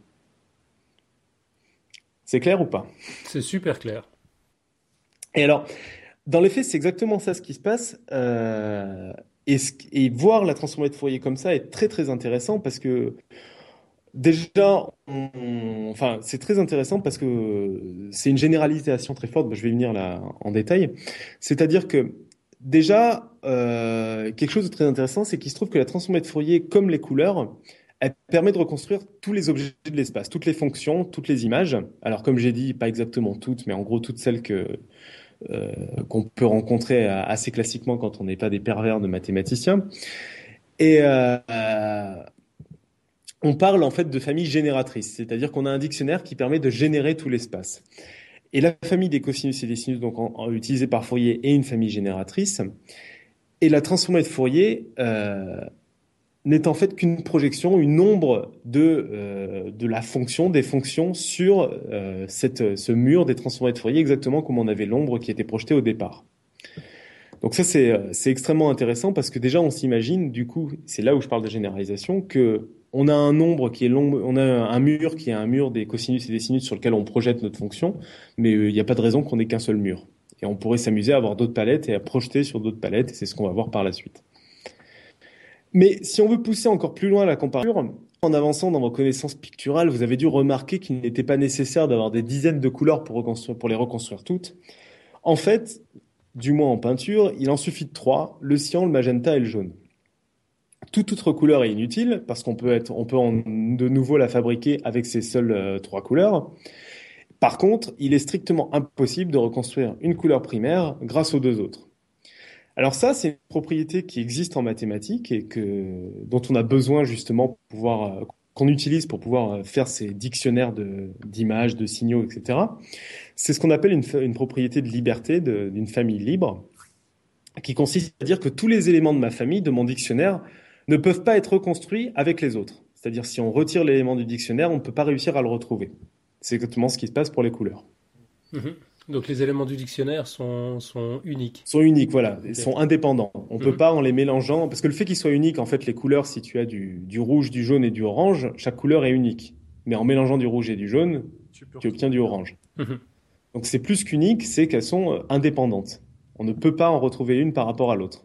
C'est clair ou pas? C'est super clair. Et alors, dans les faits, c'est exactement ça ce qui se passe. Euh, et, ce- et voir la transformée de Fourier comme ça est très très intéressant parce que déjà, on- enfin, c'est très intéressant parce que c'est une généralisation très forte. Je vais venir là en détail. C'est-à-dire que déjà, euh, quelque chose de très intéressant, c'est qu'il se trouve que la transformée de Fourier, comme les couleurs, elle permet de reconstruire tous les objets de l'espace, toutes les fonctions, toutes les images. Alors, comme j'ai dit, pas exactement toutes, mais en gros toutes celles que euh, qu'on peut rencontrer euh, assez classiquement quand on n'est pas des pervers de mathématiciens. Et euh, euh, on parle en fait de famille génératrice, c'est-à-dire qu'on a un dictionnaire qui permet de générer tout l'espace. Et la famille des cosinus et des sinus, donc en, en, utilisée par Fourier, est une famille génératrice. Et la transformée de Fourier euh, n'est en fait qu'une projection, une ombre de, euh, de la fonction, des fonctions sur euh, cette, ce mur des transformées de Fourier, exactement comme on avait l'ombre qui était projetée au départ. Donc ça, c'est, c'est extrêmement intéressant parce que déjà, on s'imagine, du coup, c'est là où je parle de généralisation, que on a un nombre qui est long, on a un mur qui est un mur des cosinus et des sinus sur lequel on projette notre fonction, mais il n'y a pas de raison qu'on ait qu'un seul mur. Et on pourrait s'amuser à avoir d'autres palettes et à projeter sur d'autres palettes, et c'est ce qu'on va voir par la suite. Mais si on veut pousser encore plus loin la comparaison, en avançant dans vos connaissances picturales, vous avez dû remarquer qu'il n'était pas nécessaire d'avoir des dizaines de couleurs pour, reconstruire, pour les reconstruire toutes. En fait, du moins en peinture, il en suffit de trois, le cyan, le magenta et le jaune. Toute autre couleur est inutile parce qu'on peut être, on peut en, de nouveau la fabriquer avec ces seules euh, trois couleurs. Par contre, il est strictement impossible de reconstruire une couleur primaire grâce aux deux autres. Alors ça, c'est une propriété qui existe en mathématiques et que, dont on a besoin justement pour pouvoir, euh, qu'on utilise pour pouvoir faire ces dictionnaires de, d'images, de signaux, et cetera. C'est ce qu'on appelle une, une propriété de liberté de, d'une famille libre, qui consiste à dire que tous les éléments de ma famille, de mon dictionnaire, ne peuvent pas être reconstruits avec les autres. C'est-à-dire, si on retire l'élément du dictionnaire, on ne peut pas réussir à le retrouver. C'est exactement ce qui se passe pour les couleurs. Mmh. Donc les éléments du dictionnaire sont, sont uniques. Sont uniques, voilà. Ils Ok. sont indépendants. On ne Mmh. peut pas, en les mélangeant, parce que le fait qu'ils soient uniques, en fait, les couleurs, si tu as du, du rouge, du jaune et du orange, chaque couleur est unique. Mais en mélangeant du rouge et du jaune, Tu peux tu obtiens du orange. Mmh. Donc c'est plus qu'unique, c'est qu'elles sont euh, indépendantes. On ne peut pas en retrouver une par rapport à l'autre.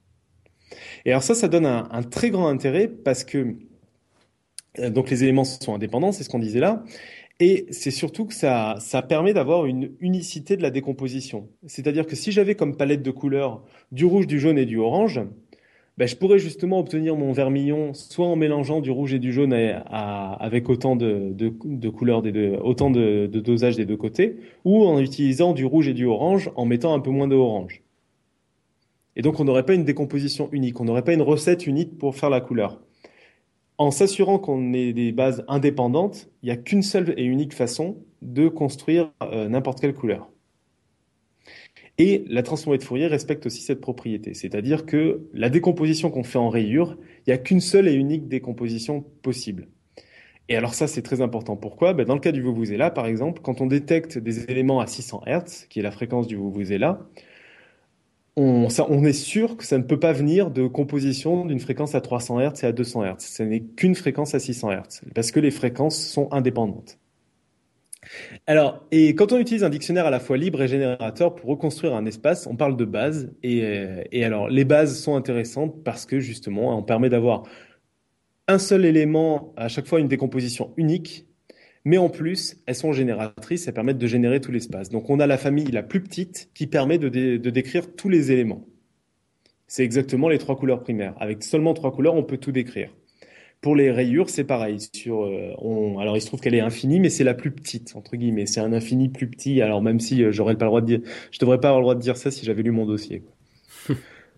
Et alors ça, ça donne un, un très grand intérêt parce que euh, donc les éléments sont indépendants, c'est ce qu'on disait là, et c'est surtout que ça, ça permet d'avoir une unicité de la décomposition. C'est-à-dire que si j'avais comme palette de couleurs du rouge, du jaune et du orange, ben, je pourrais justement obtenir mon vermillon soit en mélangeant du rouge et du jaune à- à- avec autant de, de, de couleurs, des deux, autant de, de dosage des deux côtés, ou en utilisant du rouge et du orange en mettant un peu moins de orange. Et donc on n'aurait pas une décomposition unique, on n'aurait pas une recette unique pour faire la couleur. En s'assurant qu'on ait des bases indépendantes, il n'y a qu'une seule et unique façon de construire euh, n'importe quelle couleur. Et la transformée de Fourier respecte aussi cette propriété, c'est-à-dire que la décomposition qu'on fait en rayures, il n'y a qu'une seule et unique décomposition possible. Et alors ça, c'est très important. Pourquoi? Ben, dans le cas du vuvuzela, par exemple, quand on détecte des éléments à six cents hertz, qui est la fréquence du vuvuzela, on, ça, on est sûr que ça ne peut pas venir de composition d'une fréquence à trois cents hertz et à deux cents hertz. Ce n'est qu'une fréquence à six cents hertz, parce que les fréquences sont indépendantes. Alors, et quand on utilise un dictionnaire à la fois libre et générateur pour reconstruire un espace, on parle de bases. Et, euh, et alors, les bases sont intéressantes parce que justement, on permet d'avoir un seul élément, à chaque fois une décomposition unique, mais en plus, elles sont génératrices, elles permettent de générer tout l'espace. Donc, on a la famille la plus petite qui permet de, dé- de décrire tous les éléments. C'est exactement les trois couleurs primaires. Avec seulement trois couleurs, on peut tout décrire. Pour les rayures, c'est pareil. Sur, euh, on, alors, il se trouve qu'elle est infinie, mais c'est la plus petite, entre guillemets. C'est un infini plus petit. Alors, même si euh, j'aurais pas le droit de dire, je devrais pas avoir le droit de dire ça si j'avais lu mon dossier, quoi.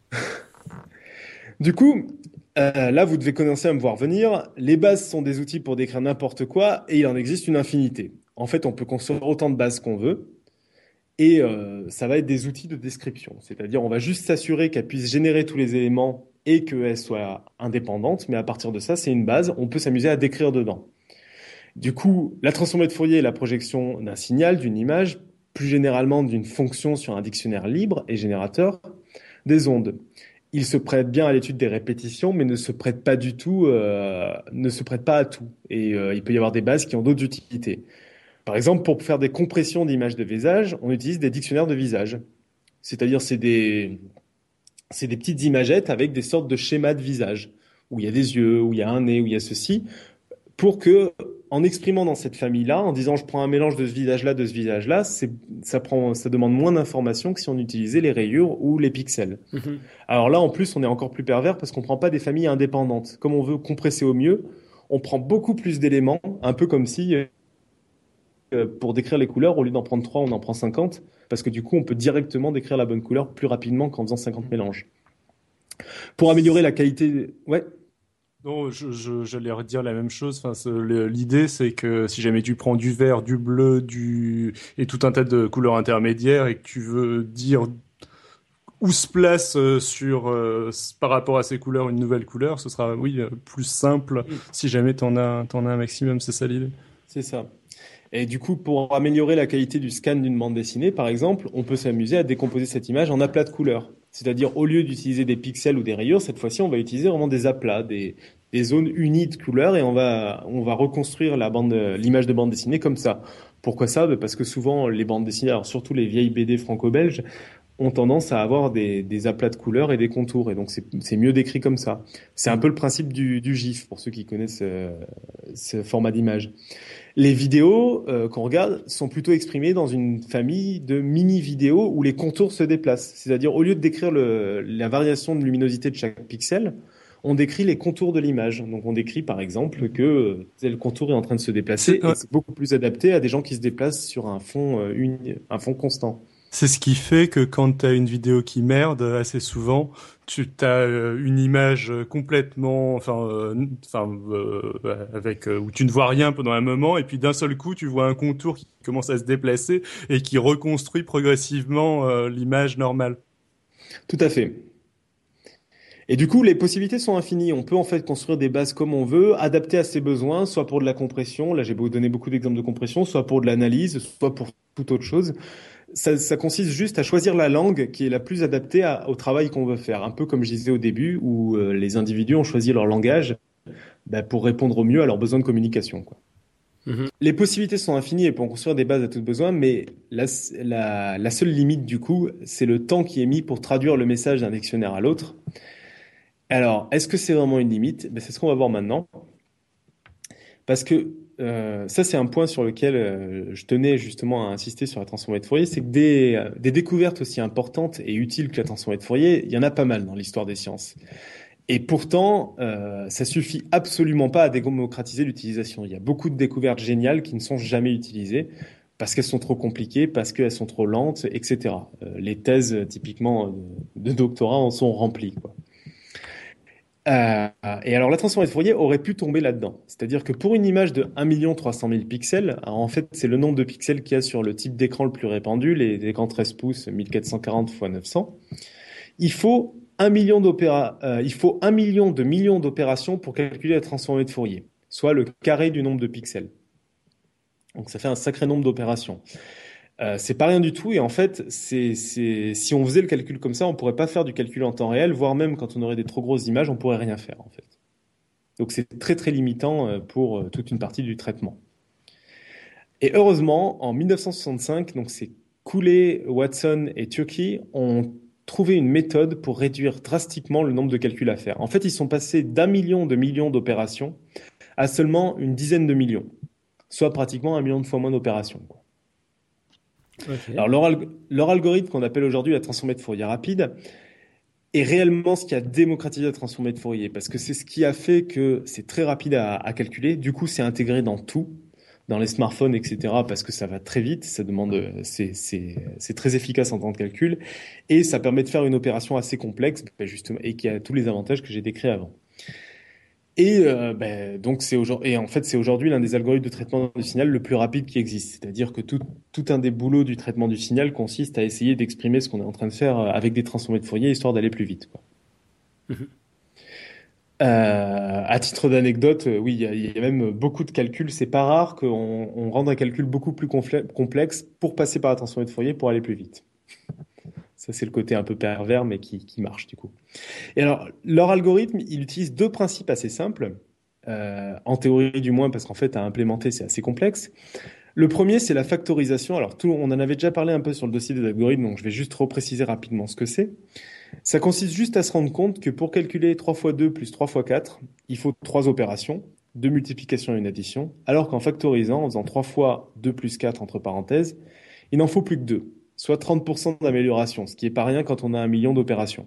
Du coup, euh, là, vous devez commencer à me voir venir. Les bases sont des outils pour décrire n'importe quoi, et il en existe une infinité. En fait, on peut construire autant de bases qu'on veut, et euh, ça va être des outils de description. C'est-à-dire, on va juste s'assurer qu'elles puissent générer tous les éléments et qu'elles soient indépendantes, mais à partir de ça, c'est une base, on peut s'amuser à décrire dedans. Du coup, la transformée de Fourier est la projection d'un signal, d'une image, plus généralement d'une fonction sur un dictionnaire libre et générateur, des ondes. Il se prête bien à l'étude des répétitions, mais ne se prête pas du tout, euh, ne se prête pas à tout. Et euh, il peut y avoir des bases qui ont d'autres utilités. Par exemple, pour faire des compressions d'images de visage, on utilise des dictionnaires de visage. C'est-à-dire, c'est des, c'est des petites imagettes avec des sortes de schémas de visage, où il y a des yeux, où il y a un nez, où il y a ceci, pour que, en exprimant dans cette famille-là, en disant je prends un mélange de ce visage-là, de ce visage-là, c'est, ça prend, ça demande moins d'informations que si on utilisait les rayures ou les pixels. Mmh. Alors là, en plus, on est encore plus pervers parce qu'on prend pas des familles indépendantes. Comme on veut compresser au mieux, on prend beaucoup plus d'éléments, un peu comme si, euh, pour décrire les couleurs, au lieu d'en prendre trois, on en prend cinquante, parce que du coup, on peut directement décrire la bonne couleur plus rapidement qu'en faisant cinquante mélanges. Pour améliorer la qualité... Ouais. Non, je, je, j'allais redire la même chose. Enfin, c'est- le- l'idée, c'est que si jamais tu prends du vert, du bleu, du et tout un tas de couleurs intermédiaires et que tu veux dire où se place euh, sur euh, s- par rapport à ces couleurs une nouvelle couleur, ce sera oui euh, plus simple Mm. si jamais t'en as t'en as un maximum. C'est ça l'idée. C'est ça. Et du coup, pour améliorer la qualité du scan d'une bande dessinée, par exemple, on peut s'amuser à décomposer cette image en aplats de couleurs. C'est-à-dire, au lieu d'utiliser des pixels ou des rayures, cette fois-ci, on va utiliser vraiment des aplats, des, des zones unies de couleurs, et on va, on va reconstruire la bande, l'image de bande dessinée comme ça. Pourquoi ça? Ben, parce que souvent, les bandes dessinées, alors surtout les vieilles B D franco-belges, ont tendance à avoir des, des aplats de couleurs et des contours, et donc c'est, c'est mieux décrit comme ça. C'est un peu le principe du, du GIF, pour ceux qui connaissent euh, ce format d'image. Les vidéos euh, qu'on regarde sont plutôt exprimées dans une famille de mini-vidéos où les contours se déplacent. C'est-à-dire, au lieu de décrire le, la variation de luminosité de chaque pixel, on décrit les contours de l'image. Donc, on décrit par exemple que euh, le contour est en train de se déplacer, C'est, ouais. et c'est beaucoup plus adapté à des gens qui se déplacent sur un fond, euh, uni, un fond constant. C'est ce qui fait que quand tu as une vidéo qui merde, assez souvent, tu as une image complètement, enfin, euh, enfin, euh, avec euh, où tu ne vois rien pendant un moment, et puis d'un seul coup, tu vois un contour qui commence à se déplacer et qui reconstruit progressivement euh, l'image normale. Tout à fait. Et du coup, les possibilités sont infinies. On peut en fait construire des bases comme on veut, adapter à ses besoins, soit pour de la compression, là j'ai donné beaucoup d'exemples de compression, soit pour de l'analyse, soit pour toute autre chose. Ça, ça consiste juste à choisir la langue qui est la plus adaptée à, au travail qu'on veut faire. Un peu comme je disais au début, où euh, les individus ont choisi leur langage bah, pour répondre au mieux à leurs besoins de communication, quoi. Mhm. Les possibilités sont infinies et pour construire des bases à tout besoin, mais la, la, la seule limite du coup, c'est le temps qui est mis pour traduire le message d'un dictionnaire à l'autre. Alors, est-ce que c'est vraiment une limite? Ben, c'est ce qu'on va voir maintenant. Parce que euh, ça, c'est un point sur lequel euh, je tenais justement à insister sur la transformée de Fourier, c'est que des, euh, des découvertes aussi importantes et utiles que la transformée de Fourier, il y en a pas mal dans l'histoire des sciences. Et pourtant, euh, ça suffit absolument pas à démocratiser l'utilisation. Il y a beaucoup de découvertes géniales qui ne sont jamais utilisées parce qu'elles sont trop compliquées, parce qu'elles sont trop lentes, et cetera. Euh, les thèses, typiquement, de, de doctorat en sont remplies, quoi. Euh, et alors la transformée de Fourier aurait pu tomber là-dedans. C'est-à-dire que pour une image de un million trois cent mille pixels, alors en fait c'est le nombre de pixels qu'il y a sur le type d'écran le plus répandu, les écrans treize pouces mille quatre cent quarante par neuf cents, il faut un million d'opéra, euh, il faut un million de millions d'opérations pour calculer la transformée de Fourier, soit le carré du nombre de pixels. Donc ça fait un sacré nombre d'opérations. Euh, c'est pas rien du tout et en fait, c'est, c'est, si on faisait le calcul comme ça, on pourrait pas faire du calcul en temps réel, voire même quand on aurait des trop grosses images, on pourrait rien faire en fait. Donc c'est très très limitant euh, pour euh, toute une partie du traitement. Et heureusement, en mille neuf cent soixante-cinq, donc c'est Cooley, Watson et Tukey ont trouvé une méthode pour réduire drastiquement le nombre de calculs à faire. En fait, ils sont passés d'un million de millions d'opérations à seulement une dizaine de millions, soit pratiquement un million de fois moins d'opérations, quoi. Ok. Alors leur, alg- leur algorithme qu'on appelle aujourd'hui la transformée de Fourier rapide est réellement ce qui a démocratisé la transformée de Fourier, parce que c'est ce qui a fait que c'est très rapide à, à calculer. Du coup, c'est intégré dans tout, dans les smartphones, et cetera, parce que ça va très vite, ça demande, c'est, c'est, c'est très efficace en temps de calcul, et ça permet de faire une opération assez complexe, ben, justement, et qui a tous les avantages que j'ai décrits avant. Et euh, ben, donc c'est aujourd'hui, et en fait c'est aujourd'hui l'un des algorithmes de traitement du signal le plus rapide qui existe. C'est-à-dire que tout, tout un des boulots du traitement du signal consiste à essayer d'exprimer ce qu'on est en train de faire avec des transformés de Fourier, histoire d'aller plus vite, quoi. Mhm. Euh, à titre d'anecdote, euh, oui, il y, a- il y a même beaucoup de calculs. C'est pas rare qu'on on rende un calcul beaucoup plus confle- complexe pour passer par la transformée de Fourier pour aller plus vite. Ça, c'est le côté un peu pervers, mais qui, qui marche du coup. Et alors, leur algorithme, il utilise deux principes assez simples, euh, en théorie du moins, parce qu'en fait, à implémenter, c'est assez complexe. Le premier, c'est la factorisation. Alors, tout, on en avait déjà parlé un peu sur le dossier des algorithmes, donc je vais juste repréciser rapidement ce que c'est. Ça consiste juste à se rendre compte que pour calculer trois fois deux plus trois fois quatre, il faut trois opérations, deux multiplications et une addition, alors qu'en factorisant, en faisant trois fois deux plus quatre entre parenthèses, il n'en faut plus que deux, soit trente pour cent d'amélioration, ce qui est pas rien quand on a un million d'opérations.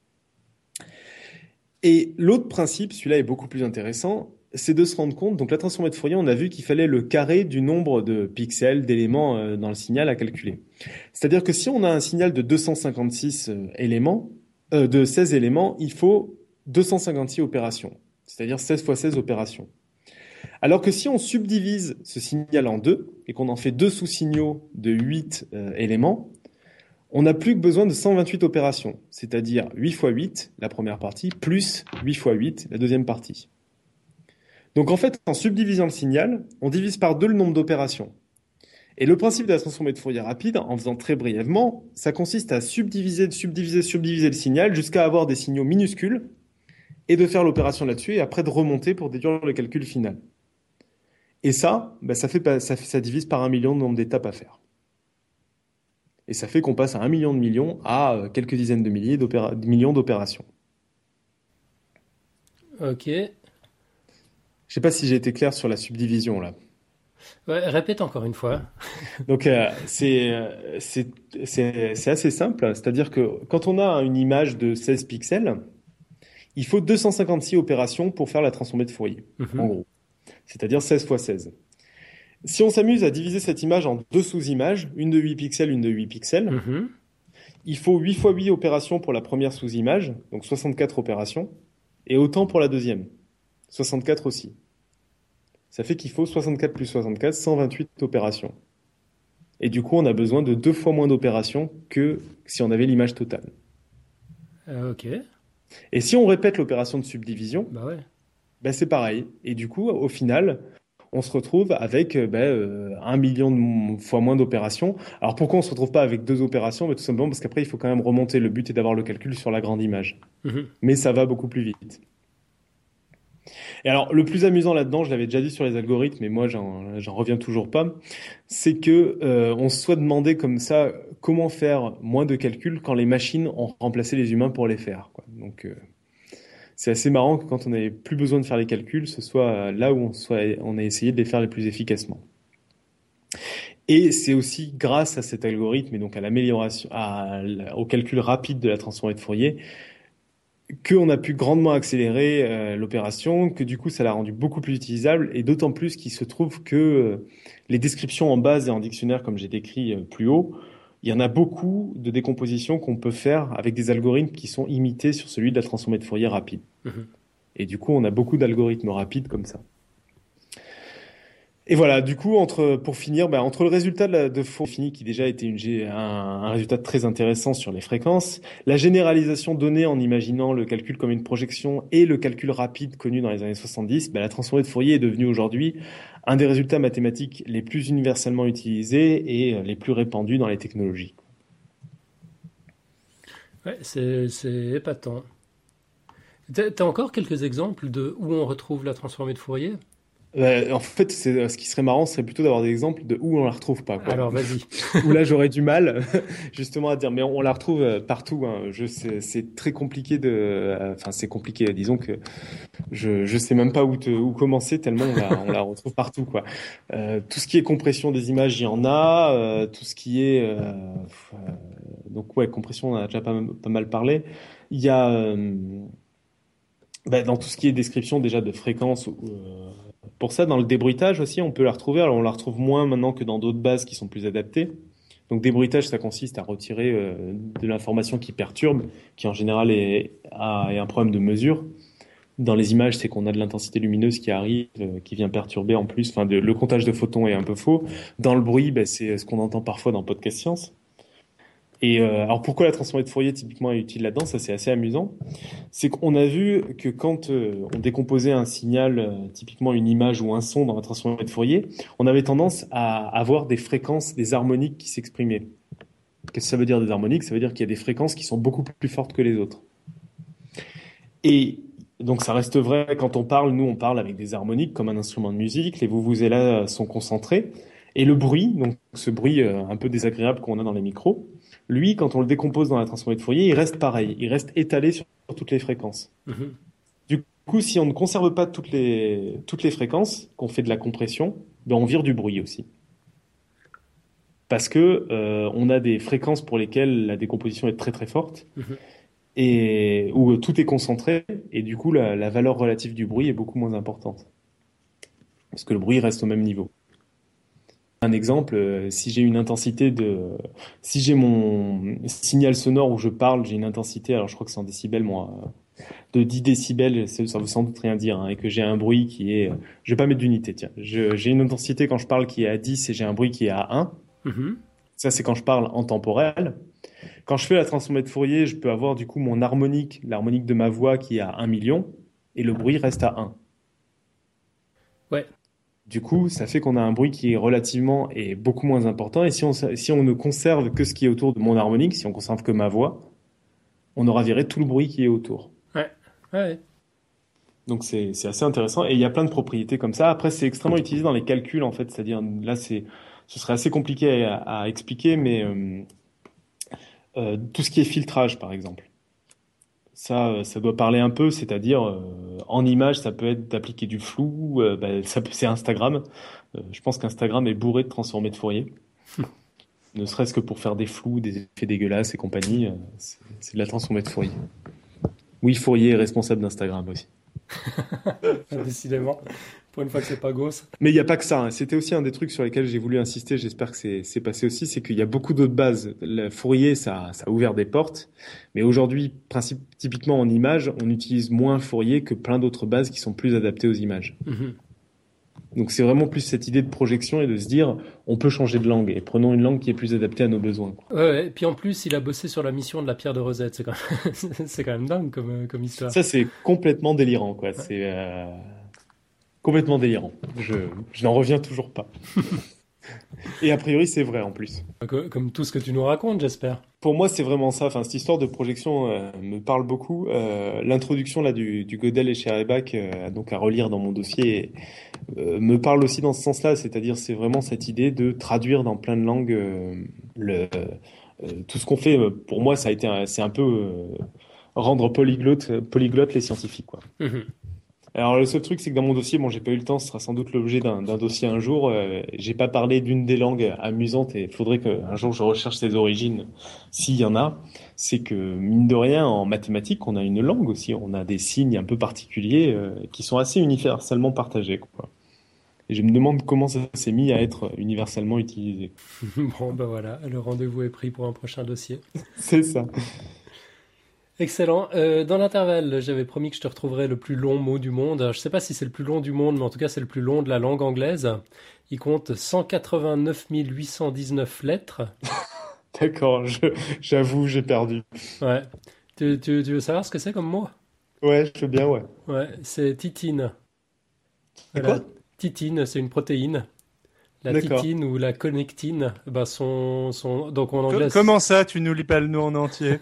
Et l'autre principe, celui-là est beaucoup plus intéressant, c'est de se rendre compte, donc la transformée de Fourier, on a vu qu'il fallait le carré du nombre de pixels, d'éléments euh, dans le signal à calculer. C'est-à-dire que si on a un signal de deux cent cinquante-six euh, éléments, euh, de seize éléments, il faut deux cent cinquante-six opérations, c'est-à-dire seize fois seize opérations. Alors que si on subdivise ce signal en deux et qu'on en fait deux sous-signaux de huit euh, éléments, on n'a plus que besoin de cent vingt-huit opérations, c'est-à-dire huit fois huit, la première partie, plus huit fois huit, la deuxième partie. Donc en fait, en subdivisant le signal, on divise par deux le nombre d'opérations. Et le principe de la transformée de Fourier rapide, en faisant très brièvement, ça consiste à subdiviser, subdiviser, subdiviser le signal jusqu'à avoir des signaux minuscules et de faire l'opération là-dessus et après de remonter pour déduire le calcul final. Et ça, bah, ça, fait, ça, fait, ça divise par un million le nombre d'étapes à faire. Et ça fait qu'on passe à un million de millions à quelques dizaines de milliers d'opéra- de millions d'opérations. Ok. Je sais pas si j'ai été clair sur la subdivision là. Ouais, répète encore une fois. Donc euh, c'est, euh, c'est, c'est, c'est assez simple, c'est-à-dire que quand on a une image de seize pixels, il faut deux cent cinquante-six opérations pour faire la transformée de Fourier, Mhm. en gros. C'est-à-dire seize fois seize. Si on s'amuse à diviser cette image en deux sous-images, une de huit pixels, une de huit pixels, Mhm. il faut huit fois huit opérations pour la première sous-image, donc soixante-quatre opérations, et autant pour la deuxième, soixante-quatre aussi. Ça fait qu'il faut soixante-quatre plus soixante-quatre, cent vingt-huit opérations. Et du coup, on a besoin de deux fois moins d'opérations que si on avait l'image totale. Euh, ok. Et si on répète l'opération de subdivision, Bah ouais. ben c'est pareil. Et du coup, au final, on se retrouve avec ben, euh, un million de fois moins d'opérations. Alors pourquoi on se retrouve pas avec deux opérations? Ben, tout simplement parce qu'après, il faut quand même remonter. Le but est d'avoir le calcul sur la grande image. Mhm. Mais ça va beaucoup plus vite. Et alors, le plus amusant là-dedans, je l'avais déjà dit sur les algorithmes, mais moi, j'en, j'en reviens toujours pas, c'est que euh, on se soit demandé comme ça comment faire moins de calculs quand les machines ont remplacé les humains pour les faire, quoi. Donc, euh, c'est assez marrant que quand on n'avait plus besoin de faire les calculs, ce soit là où on, soit, on a essayé de les faire les plus efficacement. Et c'est aussi grâce à cet algorithme et donc à l'amélioration, à, au calcul rapide de la transformée de Fourier, qu'on a pu grandement accélérer euh, l'opération, que du coup ça l'a rendu beaucoup plus utilisable, et d'autant plus qu'il se trouve que euh, les descriptions en base et en dictionnaire, comme j'ai décrit euh, plus haut, il y en a beaucoup de décompositions qu'on peut faire avec des algorithmes qui sont imités sur celui de la transformée de Fourier rapide. Mhm. Et du coup, on a beaucoup d'algorithmes rapides comme ça. Et voilà, du coup, entre, pour finir, bah, entre le résultat de, la, de Fourier qui déjà était une, un, un résultat très intéressant sur les fréquences, la généralisation donnée en imaginant le calcul comme une projection et le calcul rapide connu dans les années soixante-dix, bah, la transformée de Fourier est devenue aujourd'hui un des résultats mathématiques les plus universellement utilisés et les plus répandus dans les technologies. Ouais, c'est, c'est épatant. T'as, t'as encore quelques exemples de où on retrouve la transformée de Fourier? Euh, en fait, c'est, ce qui serait marrant, serait plutôt d'avoir des exemples de où on la retrouve pas, quoi. Alors vas-y. Où là, j'aurais du mal, justement, à dire, mais on la retrouve euh, partout, hein. Je sais, c'est très compliqué de, euh, enfin, c'est compliqué. Disons que je, je sais même pas où te, où commencer tellement on la, on la retrouve partout, quoi. Euh, tout ce qui est compression des images, il y en a. Euh, tout ce qui est, euh, euh, donc ouais, compression, on en a déjà pas, pas mal parlé. Il y a, euh, bah, dans tout ce qui est description déjà de fréquences. Euh, pour ça, dans le débruitage aussi, on peut la retrouver. Alors, on la retrouve moins maintenant que dans d'autres bases qui sont plus adaptées. Donc, débruitage, ça consiste à retirer euh, de l'information qui perturbe, qui en général est, a, est un problème de mesure. Dans les images, c'est qu'on a de l'intensité lumineuse qui arrive, euh, qui vient perturber en plus. Enfin, de, le comptage de photons est un peu faux. Dans le bruit, bah, c'est ce qu'on entend parfois dans Podcast Science. Et euh, alors pourquoi la transformée de Fourier typiquement est utile là-dedans? Ça c'est assez amusant. C'est qu'on a vu que quand euh, on décomposait un signal, euh, typiquement une image ou un son dans la transformée de Fourier, on avait tendance à avoir des fréquences, des harmoniques qui s'exprimaient. Qu'est-ce que ça veut dire des harmoniques? Ça veut dire qu'il y a des fréquences qui sont beaucoup plus fortes que les autres. Et donc ça reste vrai quand on parle, nous on parle avec des harmoniques comme un instrument de musique, les vuvuzelas sont concentrés. Et le bruit, donc ce bruit euh, un peu désagréable qu'on a dans les micros, lui, quand on le décompose dans la transformée de Fourier, il reste pareil, il reste étalé sur toutes les fréquences. Mhm. Du coup, si on ne conserve pas toutes les, toutes les fréquences, qu'on fait de la compression, ben on vire du bruit aussi. Parce que euh, on a des fréquences pour lesquelles la décomposition est très très forte, Mhm. et où tout est concentré, et du coup la, la valeur relative du bruit est beaucoup moins importante. Parce que le bruit reste au même niveau. Un exemple, euh, si j'ai une intensité de, si j'ai mon signal sonore où je parle, j'ai une intensité, alors je crois que c'est en décibels, moi, euh, de dix décibels, ça ça veut sans doute rien dire, hein, et que j'ai un bruit qui est, je vais pas mettre d'unité, tiens, je- j'ai une intensité quand je parle qui est à dix et j'ai un bruit qui est à un. Mhm. Ça c'est quand je parle en temporel. Quand je fais la transformée de Fourier, je peux avoir du coup mon harmonique, l'harmonique de ma voix qui est à un million, et le bruit reste à un. Ouais. Du coup, ça fait qu'on a un bruit qui est relativement et beaucoup moins important. Et si on, si on ne conserve que ce qui est autour de mon harmonique, si on conserve que ma voix, on aura viré tout le bruit qui est autour. Ouais, ouais. Donc c'est c'est assez intéressant et il y a plein de propriétés comme ça. Après, c'est extrêmement utilisé dans les calculs en fait, c'est-à-dire là c'est ce serait assez compliqué à, à expliquer, mais euh, euh, tout ce qui est filtrage par exemple, ça euh, ça doit parler un peu, c'est-à-dire euh, en image ça peut être d'appliquer du flou, euh, bah, ça peut- c'est Instagram. Euh, je pense qu'Instagram est bourré de transformés de Fourier, ne serait-ce que pour faire des flous, des effets dégueulasses et compagnie. euh, c'est c'est de la transformée de Fourier. Oui, Fourier est responsable d'Instagram aussi. Décidément. Pour une fois que c'est pas Gauss. Mais il n'y a pas que ça, hein. C'était aussi un des trucs sur lesquels j'ai voulu insister. J'espère que c'est c'est passé aussi. C'est qu'il y a beaucoup d'autres bases. Le Fourier, ça, ça a ouvert des portes. Mais aujourd'hui, principe, typiquement en image, on utilise moins Fourier que plein d'autres bases qui sont plus adaptées aux images. Mhm. Donc c'est vraiment plus cette idée de projection et de se dire, on peut changer de langue et prenons une langue qui est plus adaptée à nos besoins, quoi. Ouais, ouais. Et puis en plus, il a bossé sur la mission de la pierre de Rosette. C'est quand même, c'est quand même dingue comme, euh, comme histoire. Ça, c'est complètement délirant, quoi. Ouais. C'est euh, complètement délirant. Je, je n'en reviens toujours pas. Et a priori, c'est vrai en plus. Co- Comme tout ce que tu nous racontes, j'espère. Pour moi, c'est vraiment ça. Enfin, cette histoire de projection euh, me parle beaucoup. Euh, l'introduction là du, du Gödel et Scherebach, euh, donc à relire dans mon dossier, euh, me parle aussi dans ce sens-là. C'est-à-dire, c'est vraiment cette idée de traduire dans plein de langues euh, le, euh, tout ce qu'on fait. euh, Pour moi, ça a été, un- c'est un peu euh, rendre polyglotte, polyglotte les scientifiques, quoi. Mhm. Alors le seul truc, c'est que dans mon dossier, bon, j'ai pas eu le temps, ce sera sans doute l'objet d'un d'un dossier un jour. Euh, j'ai pas parlé d'une des langues amusantes et il faudrait qu'un jour je recherche ses origines, s'il y en a. C'est que mine de rien, en mathématiques, on a une langue aussi, on a des signes un peu particuliers euh, qui sont assez universellement partagés, quoi. Et je me demande comment ça s'est mis à être universellement utilisé. Bon, ben voilà, le rendez-vous est pris pour un prochain dossier. C'est ça. Excellent. Euh, dans l'intervalle, j'avais promis que je te retrouverais le plus long mot du monde. Alors, je ne sais pas si c'est le plus long du monde, mais en tout cas, c'est le plus long de la langue anglaise. Il compte cent quatre-vingt-neuf mille huit cent dix-neuf lettres. D'accord, je, j'avoue, j'ai perdu. Ouais. Tu, tu- tu veux savoir ce que c'est comme mot? Ouais, je veux bien, ouais. Ouais, c'est titine. C'est Voilà. quoi? Titine, c'est une protéine. La D'accord. titine ou la connectine, bah, sont, sont... donc en Co- anglais. Comment ça, tu nous lis pas le nom en entier?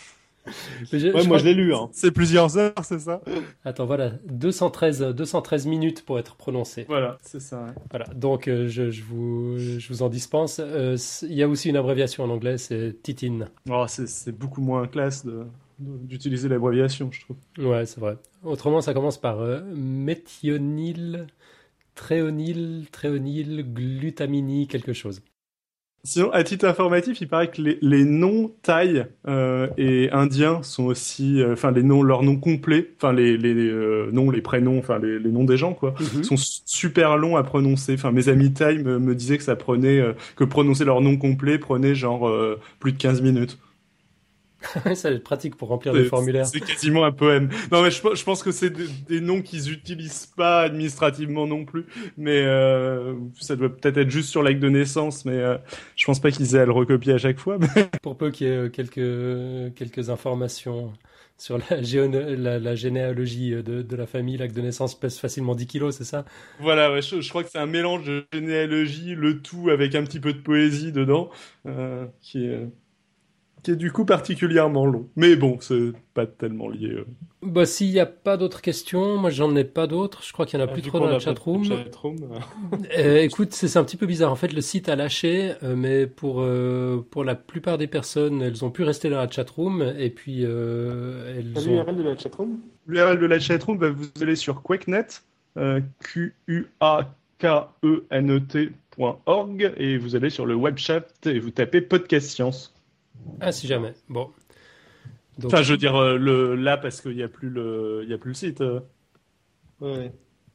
Mais je- Ouais, je moi crois je l'ai lu, hein. C'est plusieurs heures, c'est ça? Attends, voilà, deux cent treize, deux cent treize minutes pour être prononcé. Voilà, c'est ça. Ouais. Voilà, donc euh, je, je vous, je vous en dispense. Euh, c- il y a aussi une abréviation en anglais, c'est titine. Oh, c'est c'est beaucoup moins classe de- de- d'utiliser l'abréviation, je trouve. Ouais, c'est vrai. Autrement, ça commence par euh, méthionine, tréonyle, tréonyle, glutamini, quelque chose. Sinon, à titre informatif, il paraît que les, les noms thaï euh, et indiens sont aussi, euh, enfin les noms, leurs noms complets, enfin les, les euh, noms, les prénoms, enfin les, les noms des gens quoi, Mhm. sont su- super longs à prononcer. Enfin mes amis thaï me, me disaient que ça prenait, euh, que prononcer leur nom complet prenait genre euh, plus de quinze minutes. Ça va être pratique pour remplir des C'est formulaires. c'est quasiment un poème. Non mais je, pe- je pense que c'est des, des noms qu'ils utilisent pas administrativement non plus, mais euh, ça doit peut-être être juste sur l'acte de naissance, mais euh, je pense pas qu'ils aient à le recopier à chaque fois. mais- Pour peu qu'il y ait euh, quelques, quelques informations sur la, géone- la, la généalogie de, de la famille, l'acte de naissance pèse facilement dix kilos, c'est ça? Voilà, ouais, je, je crois que c'est un mélange de généalogie, le tout avec un petit peu de poésie dedans, euh, qui est, qui est du coup particulièrement long. Mais bon, c'est pas tellement lié. euh. Bah, s'il n'y a pas d'autres questions, moi j'en ai pas d'autres. Je crois qu'il y en a Ah, plus vu trop qu'on dans la a pas de chatroom. chatroom, euh, Euh, écoute, c'est c'est un petit peu bizarre. En fait, le site a lâché, euh, mais pour, euh, pour la plupart des personnes, elles ont pu rester dans la chatroom et puis euh, elles T'as ont. l'U R L de la chatroom? L'U R L de la chatroom, bah, vous allez sur QuakeNet, euh, Q U A K E N E T point org, et vous allez sur le web chat et vous tapez Podcast Science. Ah, si jamais. Bon. Donc, Enfin, je veux dire euh, le là parce qu'il y a plus le, il y a plus le site. euh. Ouais.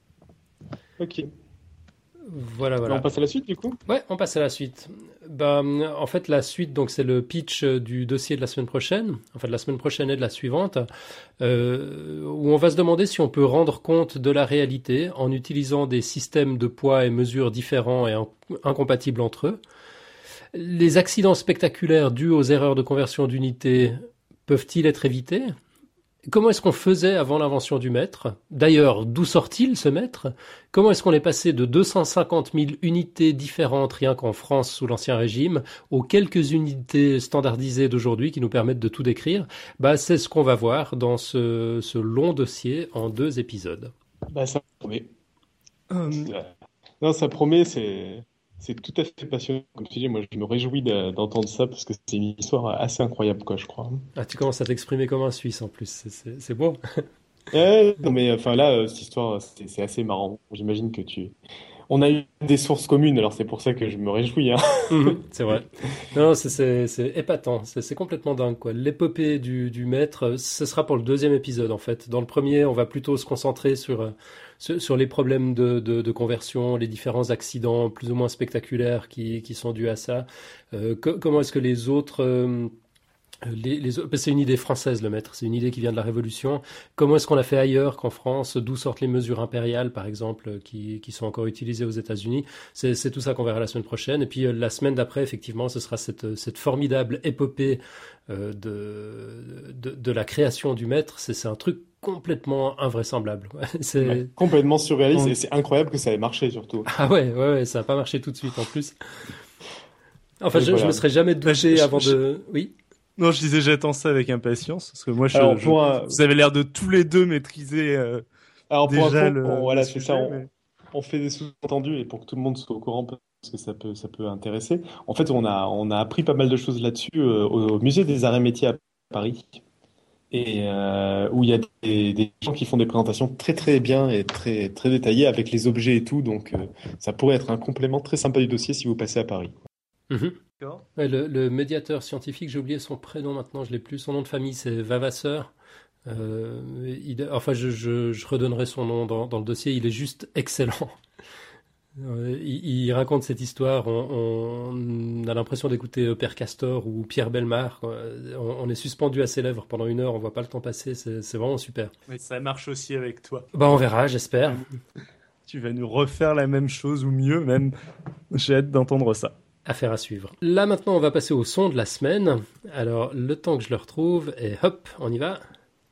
Ok. voilà, voilà. On passe à la suite du coup? Ouais, on passe à la suite. Bah, en fait, la suite, donc, c'est le pitch du dossier de la semaine prochaine, enfin de la semaine prochaine et de la suivante, euh, où on va se demander si on peut rendre compte de la réalité en utilisant des systèmes de poids et mesures différents et in- incompatibles entre eux. Les accidents spectaculaires dus aux erreurs de conversion d'unités peuvent-ils être évités? Comment est-ce qu'on faisait avant l'invention du mètre? D'ailleurs, d'où sort-il ce mètre? Comment est-ce qu'on est passé de deux cent cinquante mille unités différentes rien qu'en France sous l'Ancien Régime aux quelques unités standardisées d'aujourd'hui qui nous permettent de tout décrire? Bah, c'est ce qu'on va voir dans ce, ce long dossier en deux épisodes. Bah, ça promet. Euh, Non, ça promet, c'est c'est tout à fait passionnant. Comme tu dis, moi, je me réjouis de- d'entendre ça parce que c'est une histoire assez incroyable, quoi, je crois. Ah, tu commences à t'exprimer comme un Suisse en plus, c'est, c'est, c'est beau. Ouais, non, mais enfin là, euh, cette histoire, c'est c'est assez marrant. J'imagine que tu. On a eu des sources communes, alors c'est pour ça que je me réjouis, hein. Mhm, c'est vrai. Non, c'est c'est- c'est épatant, c'est c'est complètement dingue, quoi. L'épopée du, du maître, ce sera pour le deuxième épisode, en fait. Dans le premier, on va plutôt se concentrer sur, euh, sur, sur les problèmes de, de, de conversion, les différents accidents plus ou moins spectaculaires qui, qui sont dus à ça. Euh, co- comment est-ce que les autres... euh, les, les autres- c'est une idée française, le maître. C'est une idée qui vient de la Révolution. Comment est-ce qu'on l'a fait ailleurs qu'en France? D'où sortent les mesures impériales, par exemple, qui, qui sont encore utilisées aux États-Unis? C'est, c'est tout ça qu'on verra la semaine prochaine. Et puis euh, la semaine d'après, effectivement, ce sera cette, cette formidable épopée euh, de, de, de la création du maître. C'est, c'est un truc complètement invraisemblable, quoi. C'est... Ouais, complètement surréaliste on- et c'est incroyable que ça ait marché surtout. Ah ouais, ouais, ouais, ça n'a pas marché tout de suite en plus. Enfin, Et je, je voilà. me serais jamais bah, je- douté je- avant je- de... Oui. Non, je disais j'attends ça avec impatience parce que moi, je, Alors je- pour un, vous avez l'air de tous les deux maîtriser euh, alors pour déjà info, le, on, le voilà, c'est sujet. ça. On, mais- on fait des sous-entendus et pour que tout le monde soit au courant parce que ça peut ça peut intéresser. En fait, on a on a appris pas mal de choses là-dessus euh, au musée des Arts et Métiers à Paris et euh, où il y a des, des gens qui font des présentations très très bien et très très détaillées avec les objets et tout. Donc euh, ça pourrait être un complément très sympa du dossier si vous passez à Paris. Mhm. D'accord. Ouais, le, le médiateur scientifique, j'ai oublié son prénom maintenant, je l'ai plus. Son nom de famille, c'est Vavasseur. Euh, il- enfin, je, je, je redonnerai son nom dans, dans le dossier. Il est juste excellent. Euh, il, il raconte cette histoire. On, on a l'impression d'écouter euh, Père Castor ou Pierre Bellemare, quoi. On, on est suspendu à ses lèvres pendant une heure. On voit pas le temps passer. C'est, c'est vraiment super. Mais ça marche aussi avec toi. Bah, on verra, j'espère. Tu vas nous refaire la même chose ou mieux même. J'ai hâte d'entendre ça. Affaire à suivre. Là maintenant, on va passer au son de la semaine. Alors, le temps que je le retrouve, et hop, on y va.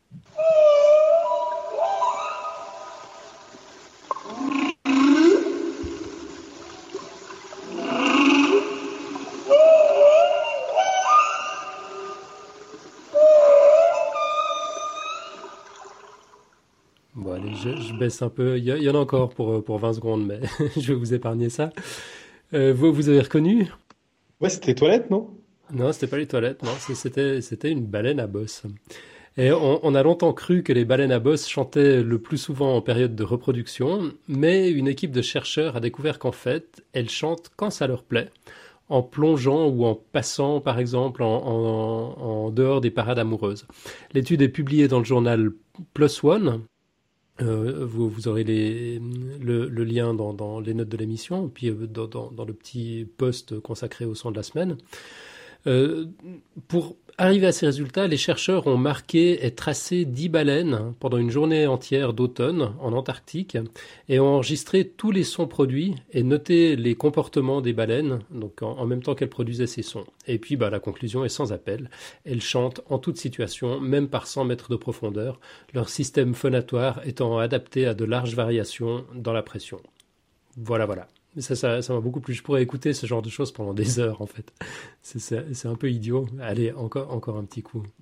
Bon, allez, je, je baisse un peu. Il y, a- il y en a encore pour, pour vingt secondes, mais je vais vous épargner ça. Euh, vous, vous avez reconnu? Ouais, c'était toilettes, non? Non, c'était pas les toilettes, non, c'est- c'était, c'était une baleine à bosse. Et on, on a longtemps cru que les baleines à bosse chantaient le plus souvent en période de reproduction, mais une équipe de chercheurs a découvert qu'en fait, elles chantent quand ça leur plaît, en plongeant ou en passant, par exemple, en, en- en dehors des parades amoureuses. L'étude est publiée dans le journal PLOS ONE. Euh, vous, vous aurez les, le, le lien dans, dans les notes de l'émission, et puis euh, dans, dans- dans le petit post consacré au son de la semaine. Euh, pour arriver à ces résultats, les chercheurs ont marqué et tracé dix baleines pendant une journée entière d'automne en Antarctique et ont enregistré tous les sons produits et noté les comportements des baleines, donc en, en même temps qu'elles produisaient ces sons. Et puis bah, la conclusion est sans appel. Elles chantent en toute situation, même par cent mètres de profondeur, leur système phonatoire étant adapté à de larges variations dans la pression. Voilà, voilà. Ça, ça, ça m'a beaucoup plu. Je pourrais écouter ce genre de choses pendant des heures, en fait. C'est, c'est, c'est un peu idiot. Allez, encore, encore un petit coup.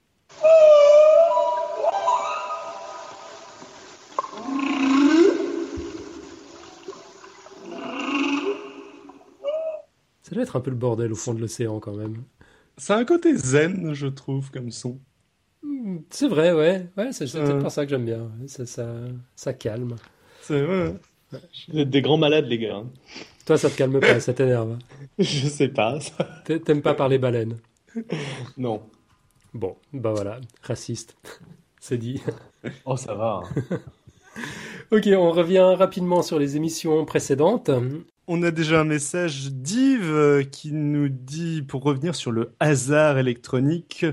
Ça doit être un peu le bordel au fond de l'océan, quand même. Ça a un côté zen, je trouve, comme son. Hmm, C'est vrai, ouais. Ouais, c'est, c'est peut-être Euh. pour ça que j'aime bien. Ça, ça, ça calme. C'est ouais. Vous êtes des grands malades, les gars, hein. Toi, ça te calme pas, ça t'énerve. Je sais pas. ça. T'a- T'aimes pas parler baleines. Non. Bon, bah voilà. Raciste. C'est dit. Oh, ça va, hein. Ok, on revient rapidement sur les émissions précédentes. On a déjà un message d'Yves euh, qui nous dit, pour revenir sur le hasard électronique,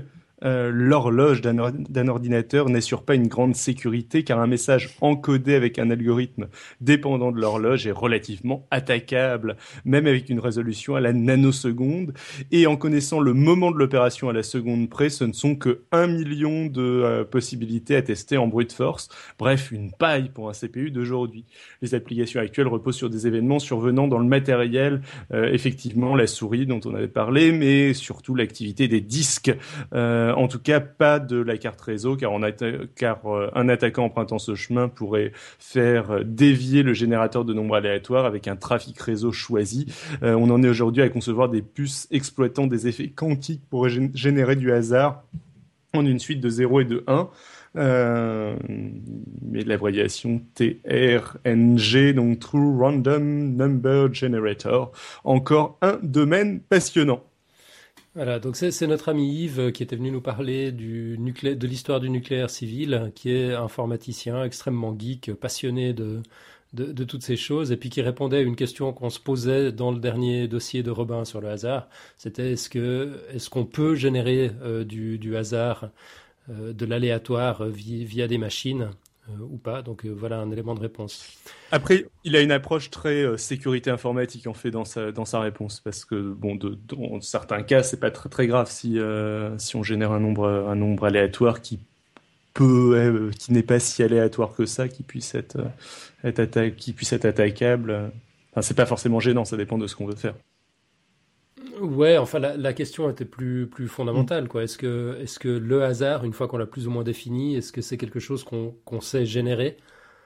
euh, l'horloge d'un, or- d'un ordinateur n'assure pas une grande sécurité car un message encodé avec un algorithme dépendant de l'horloge est relativement attaquable, même avec une résolution à la nanoseconde. Et en connaissant le moment de l'opération à la seconde près, ce ne sont que un million de euh, possibilités à tester en brute force. Bref, une paille pour un C P U d'aujourd'hui. Les applications actuelles reposent sur des événements survenant dans le matériel, euh, effectivement la souris dont on avait parlé, mais surtout l'activité des disques. Euh, en tout cas, pas de la carte réseau, car, on atta- car euh, un attaquant empruntant ce chemin pourrait faire dévier le générateur de nombres aléatoires avec un trafic réseau choisi. Euh, on en est aujourd'hui à concevoir des puces exploitant des effets quantiques pour gé- générer du hasard en une suite de zéro et de un. Euh, mais l'abréviation T R N G, donc True Random Number Generator, encore un domaine passionnant. Voilà, donc c'est, c'est notre ami Yves euh, qui était venu nous parler du nuclé- de l'histoire du nucléaire civil, qui est informaticien extrêmement geek, passionné de, de, de toutes ces choses, et puis qui répondait à une question qu'on se posait dans le dernier dossier de Robin sur le hasard. C'était est-ce que, est-ce qu'on peut générer euh, du, du hasard, euh, de l'aléatoire euh, via, via des machines euh, ou pas? Donc euh, voilà un élément de réponse. Après, il a une approche très euh, sécurité informatique en fait dans sa dans sa réponse parce que bon, de, dans certains cas, c'est pas très très grave si euh, si on génère un nombre un nombre aléatoire qui peut euh, qui n'est pas si aléatoire que ça, qui puisse être euh, être atta- qui puisse être attaquable. Enfin, c'est pas forcément gênant, ça dépend de ce qu'on veut faire. Ouais, enfin la, la question était plus, plus Mm. fondamentale, quoi. Est-ce que, est-ce que le hasard, une fois qu'on l'a plus ou moins défini, est-ce que c'est quelque chose qu'on qu'on sait générer?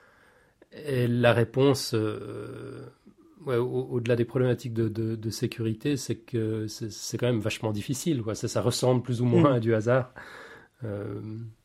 Et la réponse, euh, ouais, au- au-delà des problématiques de, de- de sécurité, c'est que c'est c'est quand même vachement difficile, quoi. Ça, ça ressemble plus ou moins Mm. à du hasard. Euh,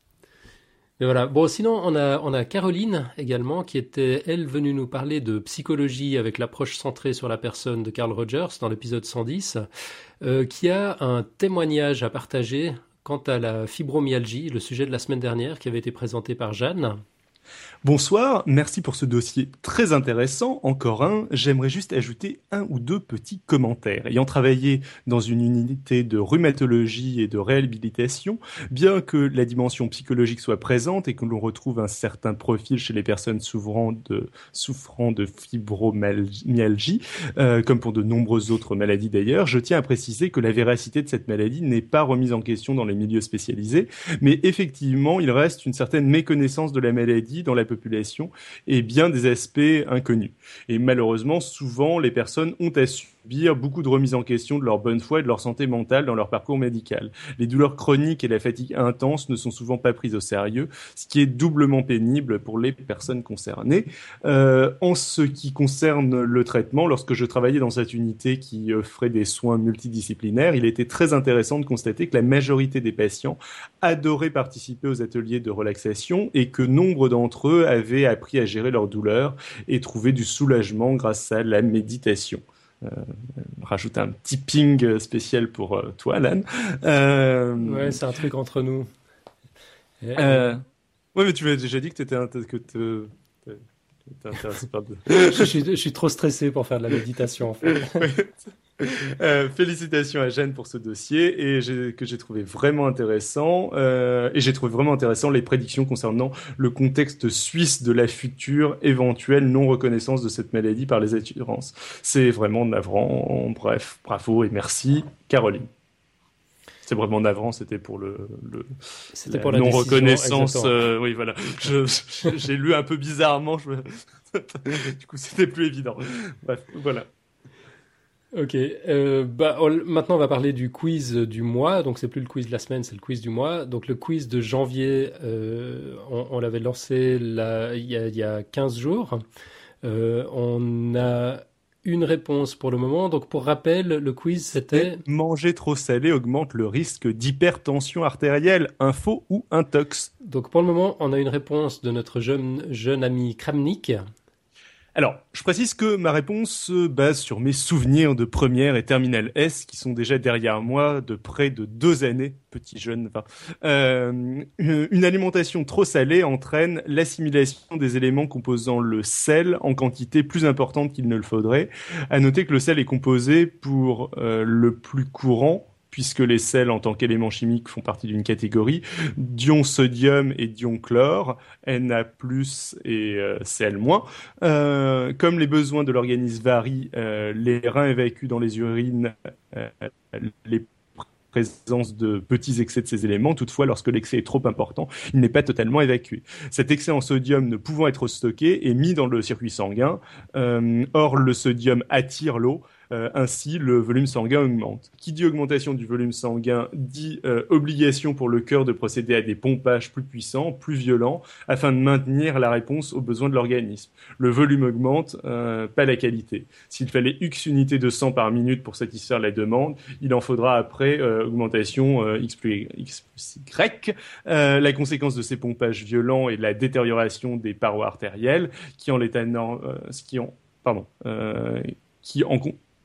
mais voilà. Bon, sinon, on a, on a Caroline également, qui était, elle, venue nous parler de psychologie avec l'approche centrée sur la personne de Carl Rogers dans l'épisode cent dix, euh, qui a un témoignage à partager quant à la fibromyalgie, le sujet de la semaine dernière, qui avait été présenté par Jeanne. Bonsoir, merci pour ce dossier très intéressant. Encore un, j'aimerais juste ajouter un ou deux petits commentaires. Ayant travaillé dans une unité de rhumatologie et de réhabilitation, bien que la dimension psychologique soit présente et que l'on retrouve un certain profil chez les personnes souffrant de, souffrant de fibromyalgie, euh, comme pour de nombreuses autres maladies d'ailleurs, je tiens à préciser que la véracité de cette maladie n'est pas remise en question dans les milieux spécialisés, mais effectivement, il reste une certaine méconnaissance de la maladie dans la population et bien des aspects inconnus. Et malheureusement, souvent, les personnes ont à subir beaucoup de remises en question de leur bonne foi et de leur santé mentale dans leur parcours médical. Les douleurs chroniques et la fatigue intense ne sont souvent pas prises au sérieux, ce qui est doublement pénible pour les personnes concernées. Euh, en ce qui concerne le traitement, lorsque je travaillais dans cette unité qui offrait des soins multidisciplinaires, il était très intéressant de constater que la majorité des patients adoraient participer aux ateliers de relaxation et que nombre d'entre eux avaient appris à gérer leurs douleurs et trouvé du soulagement grâce à la méditation. Euh, rajoute un petit ping spécial pour euh, toi, Alan. Euh, Ouais, c'est un truc entre nous. Et- et- euh, ouais, mais tu m'as déjà dit que tu étais que te, t'es intéressé par de... je, suis, je suis trop stressé pour faire de la méditation, en fait. Euh, félicitations à Jeanne pour ce dossier et j'ai, que j'ai trouvé vraiment intéressant euh, et j'ai trouvé vraiment intéressant les prédictions concernant le contexte suisse de la future éventuelle non-reconnaissance de cette maladie par les assurances. C'est vraiment navrant. Bref, bravo et merci, Caroline. C'est vraiment navrant, c'était pour le, le C'était la pour la décision, non-reconnaissance. exactement. Euh, oui, voilà. Je, je- j'ai lu un peu bizarrement. Je me... du coup, c'était plus évident. Bref, voilà. Ok, euh, bah, on- maintenant on va parler du quiz du mois, donc c'est plus le quiz de la semaine, c'est le quiz du mois. Donc le quiz de janvier, euh, on, on l'avait lancé là, il y a, il y a quinze jours. Euh, on a une réponse pour le moment, donc pour rappel, le quiz c'était... Manger trop salé augmente le risque d'hypertension artérielle. Info ou intox? Donc pour le moment, on a une réponse de notre jeune, jeune ami Kramnik. Alors, je précise que ma réponse se base sur mes souvenirs de première et terminale S qui sont déjà derrière moi de près de deux années, petit jeune. Enfin, euh, une alimentation trop salée entraîne l'assimilation des éléments composant le sel en quantité plus importante qu'il ne le faudrait. À noter que le sel est composé pour euh, le plus courant puisque les sels en tant qu'éléments chimiques font partie d'une catégorie, d'ion sodium et d'ion chlore, Na plus et euh, Cl-. Euh, comme les besoins de l'organisme varient, euh, les reins évacuent dans les urines euh, les présence de petits excès de ces éléments. Toutefois, lorsque l'excès est trop important, il n'est pas totalement évacué. Cet excès en sodium ne pouvant être stocké est mis dans le circuit sanguin. Euh, or, le sodium attire l'eau. Euh, ainsi, le volume sanguin augmente. Qui dit augmentation du volume sanguin dit euh, obligation pour le cœur de procéder à des pompages plus puissants, plus violents, afin de maintenir la réponse aux besoins de l'organisme. Le volume augmente, euh, pas la qualité. S'il fallait X unités de sang par minute pour satisfaire la demande, il en faudra après euh, augmentation euh, X plus X plus Y. Euh, la conséquence de ces pompages violents est la détérioration des parois artérielles, qui en l'état norme, euh, qui en, pardon, euh, qui en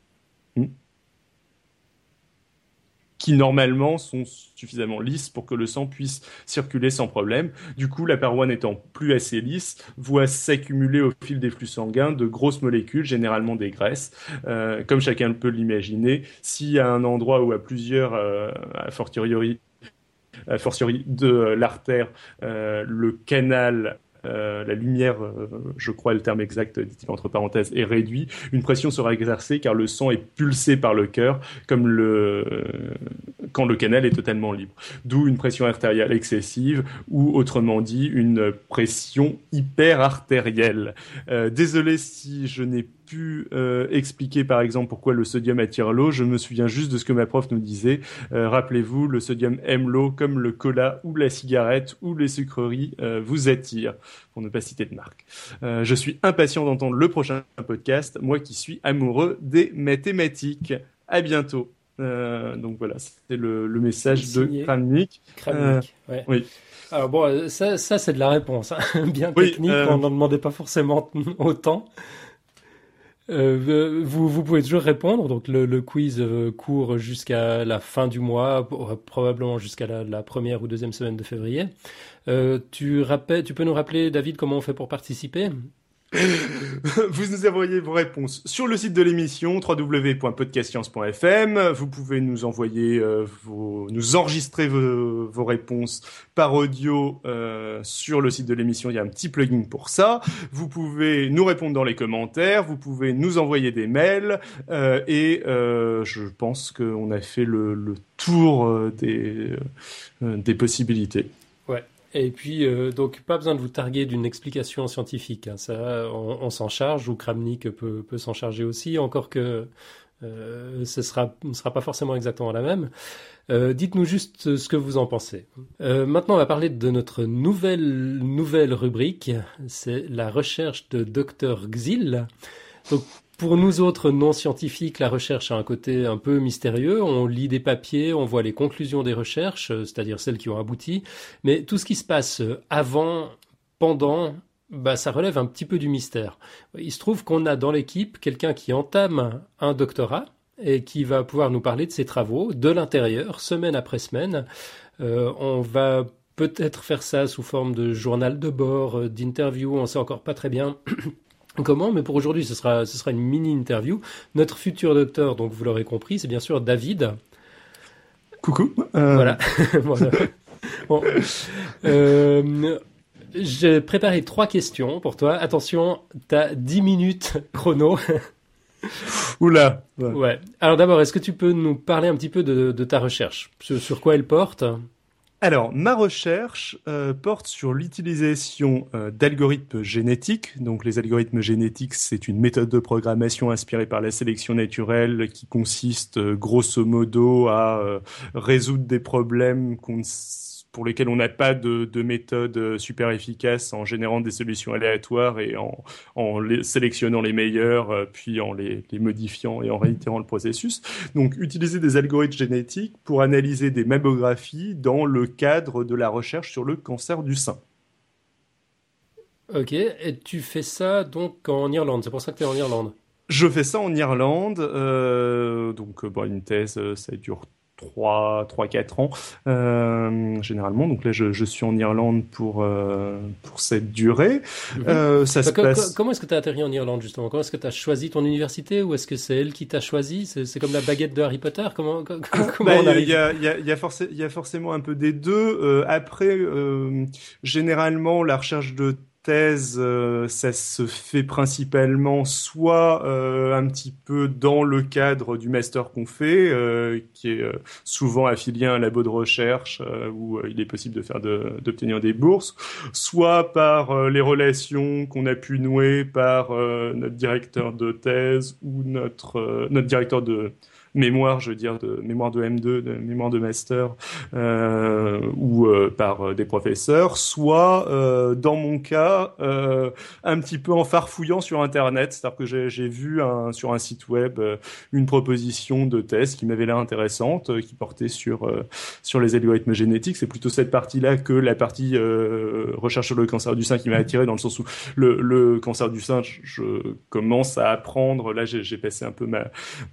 qui normalement sont suffisamment lisses pour que le sang puisse circuler sans problème. Du coup, la paroi n'étant plus assez lisse, voit s'accumuler au fil des flux sanguins de grosses molécules, généralement des graisses. Euh, comme chacun peut l'imaginer, si à un endroit ou à plusieurs, euh, a fortiori, a fortiori de euh, l'artère, euh, le canal Euh, la lumière, euh, je crois le terme exact, dit entre parenthèses, est réduit, une pression sera exercée car le sang est pulsé par le cœur comme le, euh, quand le canal est totalement libre. D'où une pression artérielle excessive ou autrement dit une pression hyperartérielle. Euh, désolé si je n'ai pu euh, expliquer par exemple pourquoi le sodium attire l'eau, je me souviens juste de ce que ma prof nous disait. Euh, rappelez-vous, le sodium aime l'eau comme le cola ou la cigarette ou les sucreries euh, vous attirent, pour ne pas citer de marque. Euh, je suis impatient d'entendre le prochain podcast, moi qui suis amoureux des mathématiques. À bientôt. Euh, donc voilà, c'était le, le message Signé. de Kramnik. Kramnik, euh, ouais. Oui. Alors bon, ça, ça c'est de la réponse, hein. Bien Oui, technique, euh... on n'en demandait pas forcément autant. Euh, vous, vous pouvez toujours répondre. Donc le, le quiz euh, court jusqu'à la fin du mois, probablement jusqu'à la, la première ou deuxième semaine de février. Euh, tu, rappelles, tu peux nous rappeler, David, comment on fait pour participer ? Vous nous envoyez vos réponses sur le site de l'émission w w w point podcastscience point f m. Vous pouvez nous envoyer euh, vos, nous enregistrer vos, vos réponses par audio euh, sur le site de l'émission. Il y a un petit plugin pour ça. Vous pouvez nous répondre dans les commentaires. Vous pouvez nous envoyer des mails euh, et euh, je pense qu'on a fait le, le tour euh, des, euh, des possibilités. Ouais. Et puis, euh, donc, pas besoin de vous targuer d'une explication scientifique. Hein. Ça, on, on s'en charge, ou Kramnik peut, peut s'en charger aussi, encore que euh, ce sera, ne sera pas forcément exactement la même. Euh, dites-nous juste ce que vous en pensez. Euh, maintenant, on va parler de notre nouvelle, nouvelle rubrique. C'est la recherche de docteur Xil. Donc, pour nous autres non-scientifiques, la recherche a un côté un peu mystérieux. On lit des papiers, on voit les conclusions des recherches, c'est-à-dire celles qui ont abouti. Mais tout ce qui se passe avant, pendant, bah, ça relève un petit peu du mystère. Il se trouve qu'on a dans l'équipe quelqu'un qui entame un doctorat et qui va pouvoir nous parler de ses travaux de l'intérieur, semaine après semaine. Euh, on va peut-être faire ça sous forme de journal de bord, d'interview, on ne sait encore pas très bien comment, mais pour aujourd'hui, ce sera, ce sera une mini-interview. Notre futur docteur, donc vous l'aurez compris, c'est bien sûr David. Coucou. Euh... Voilà. voilà. Bon. Euh, j'ai préparé trois questions pour toi. Attention, t'as dix minutes chrono. Oula. Ouais. ouais. Alors d'abord, est-ce que tu peux nous parler un petit peu de, de ta recherche ? Sur, sur quoi elle porte ? Alors, ma recherche euh, porte sur l'utilisation euh, d'algorithmes génétiques. Donc, les algorithmes génétiques, c'est une méthode de programmation inspirée par la sélection naturelle qui consiste, euh, grosso modo, à euh, résoudre des problèmes qu'on, pour lesquels on n'a pas de, de méthode super efficace en générant des solutions aléatoires et en, en les, sélectionnant les meilleures, euh, puis en les, les modifiant et en réitérant le processus. Donc, utiliser des algorithmes génétiques pour analyser des mammographies dans le cadre de la recherche sur le cancer du sein. Ok, et tu fais ça donc en Irlande, c'est pour ça que tu es en Irlande ? Je fais ça en Irlande, euh, donc bon, une thèse, ça dure trois, trois, quatre ans euh, généralement. Donc là, je, je suis en Irlande pour euh, pour cette durée. Mhm. Euh, ça Bah, se co- passe. co- comment est-ce que tu as atterri en Irlande justement? Comment est-ce que tu as choisi ton université ou est-ce que c'est elle qui t'a choisi? C'est, c'est comme la baguette de Harry Potter? Comment, co- comment Bah, on il y a, arrive? il y a, il y a, il y a forcé- il y a forcément un peu des deux. Euh, après, euh, généralement, la recherche de thèse, euh, ça se fait principalement soit euh, un petit peu dans le cadre du master qu'on fait, euh, qui est euh, souvent affilié à un labo de recherche euh, où euh, il est possible de faire de, d'obtenir des bourses, soit par euh, les relations qu'on a pu nouer par euh, notre directeur de thèse ou notre euh, notre directeur de mémoire, je veux dire, de mémoire de M deux, de mémoire de master, euh, ou euh, par euh, des professeurs, soit, euh, dans mon cas, euh, un petit peu en farfouillant sur Internet, c'est-à-dire que j'ai, j'ai vu un, sur un site web euh, une proposition de thèse qui m'avait l'air intéressante, euh, qui portait sur euh, sur les algorithmes génétiques. C'est plutôt cette partie-là que la partie euh, recherche sur le cancer du sein qui m'a attiré, dans le sens où le, le cancer du sein, je, je commence à apprendre. Là, j'ai, j'ai passé un peu ma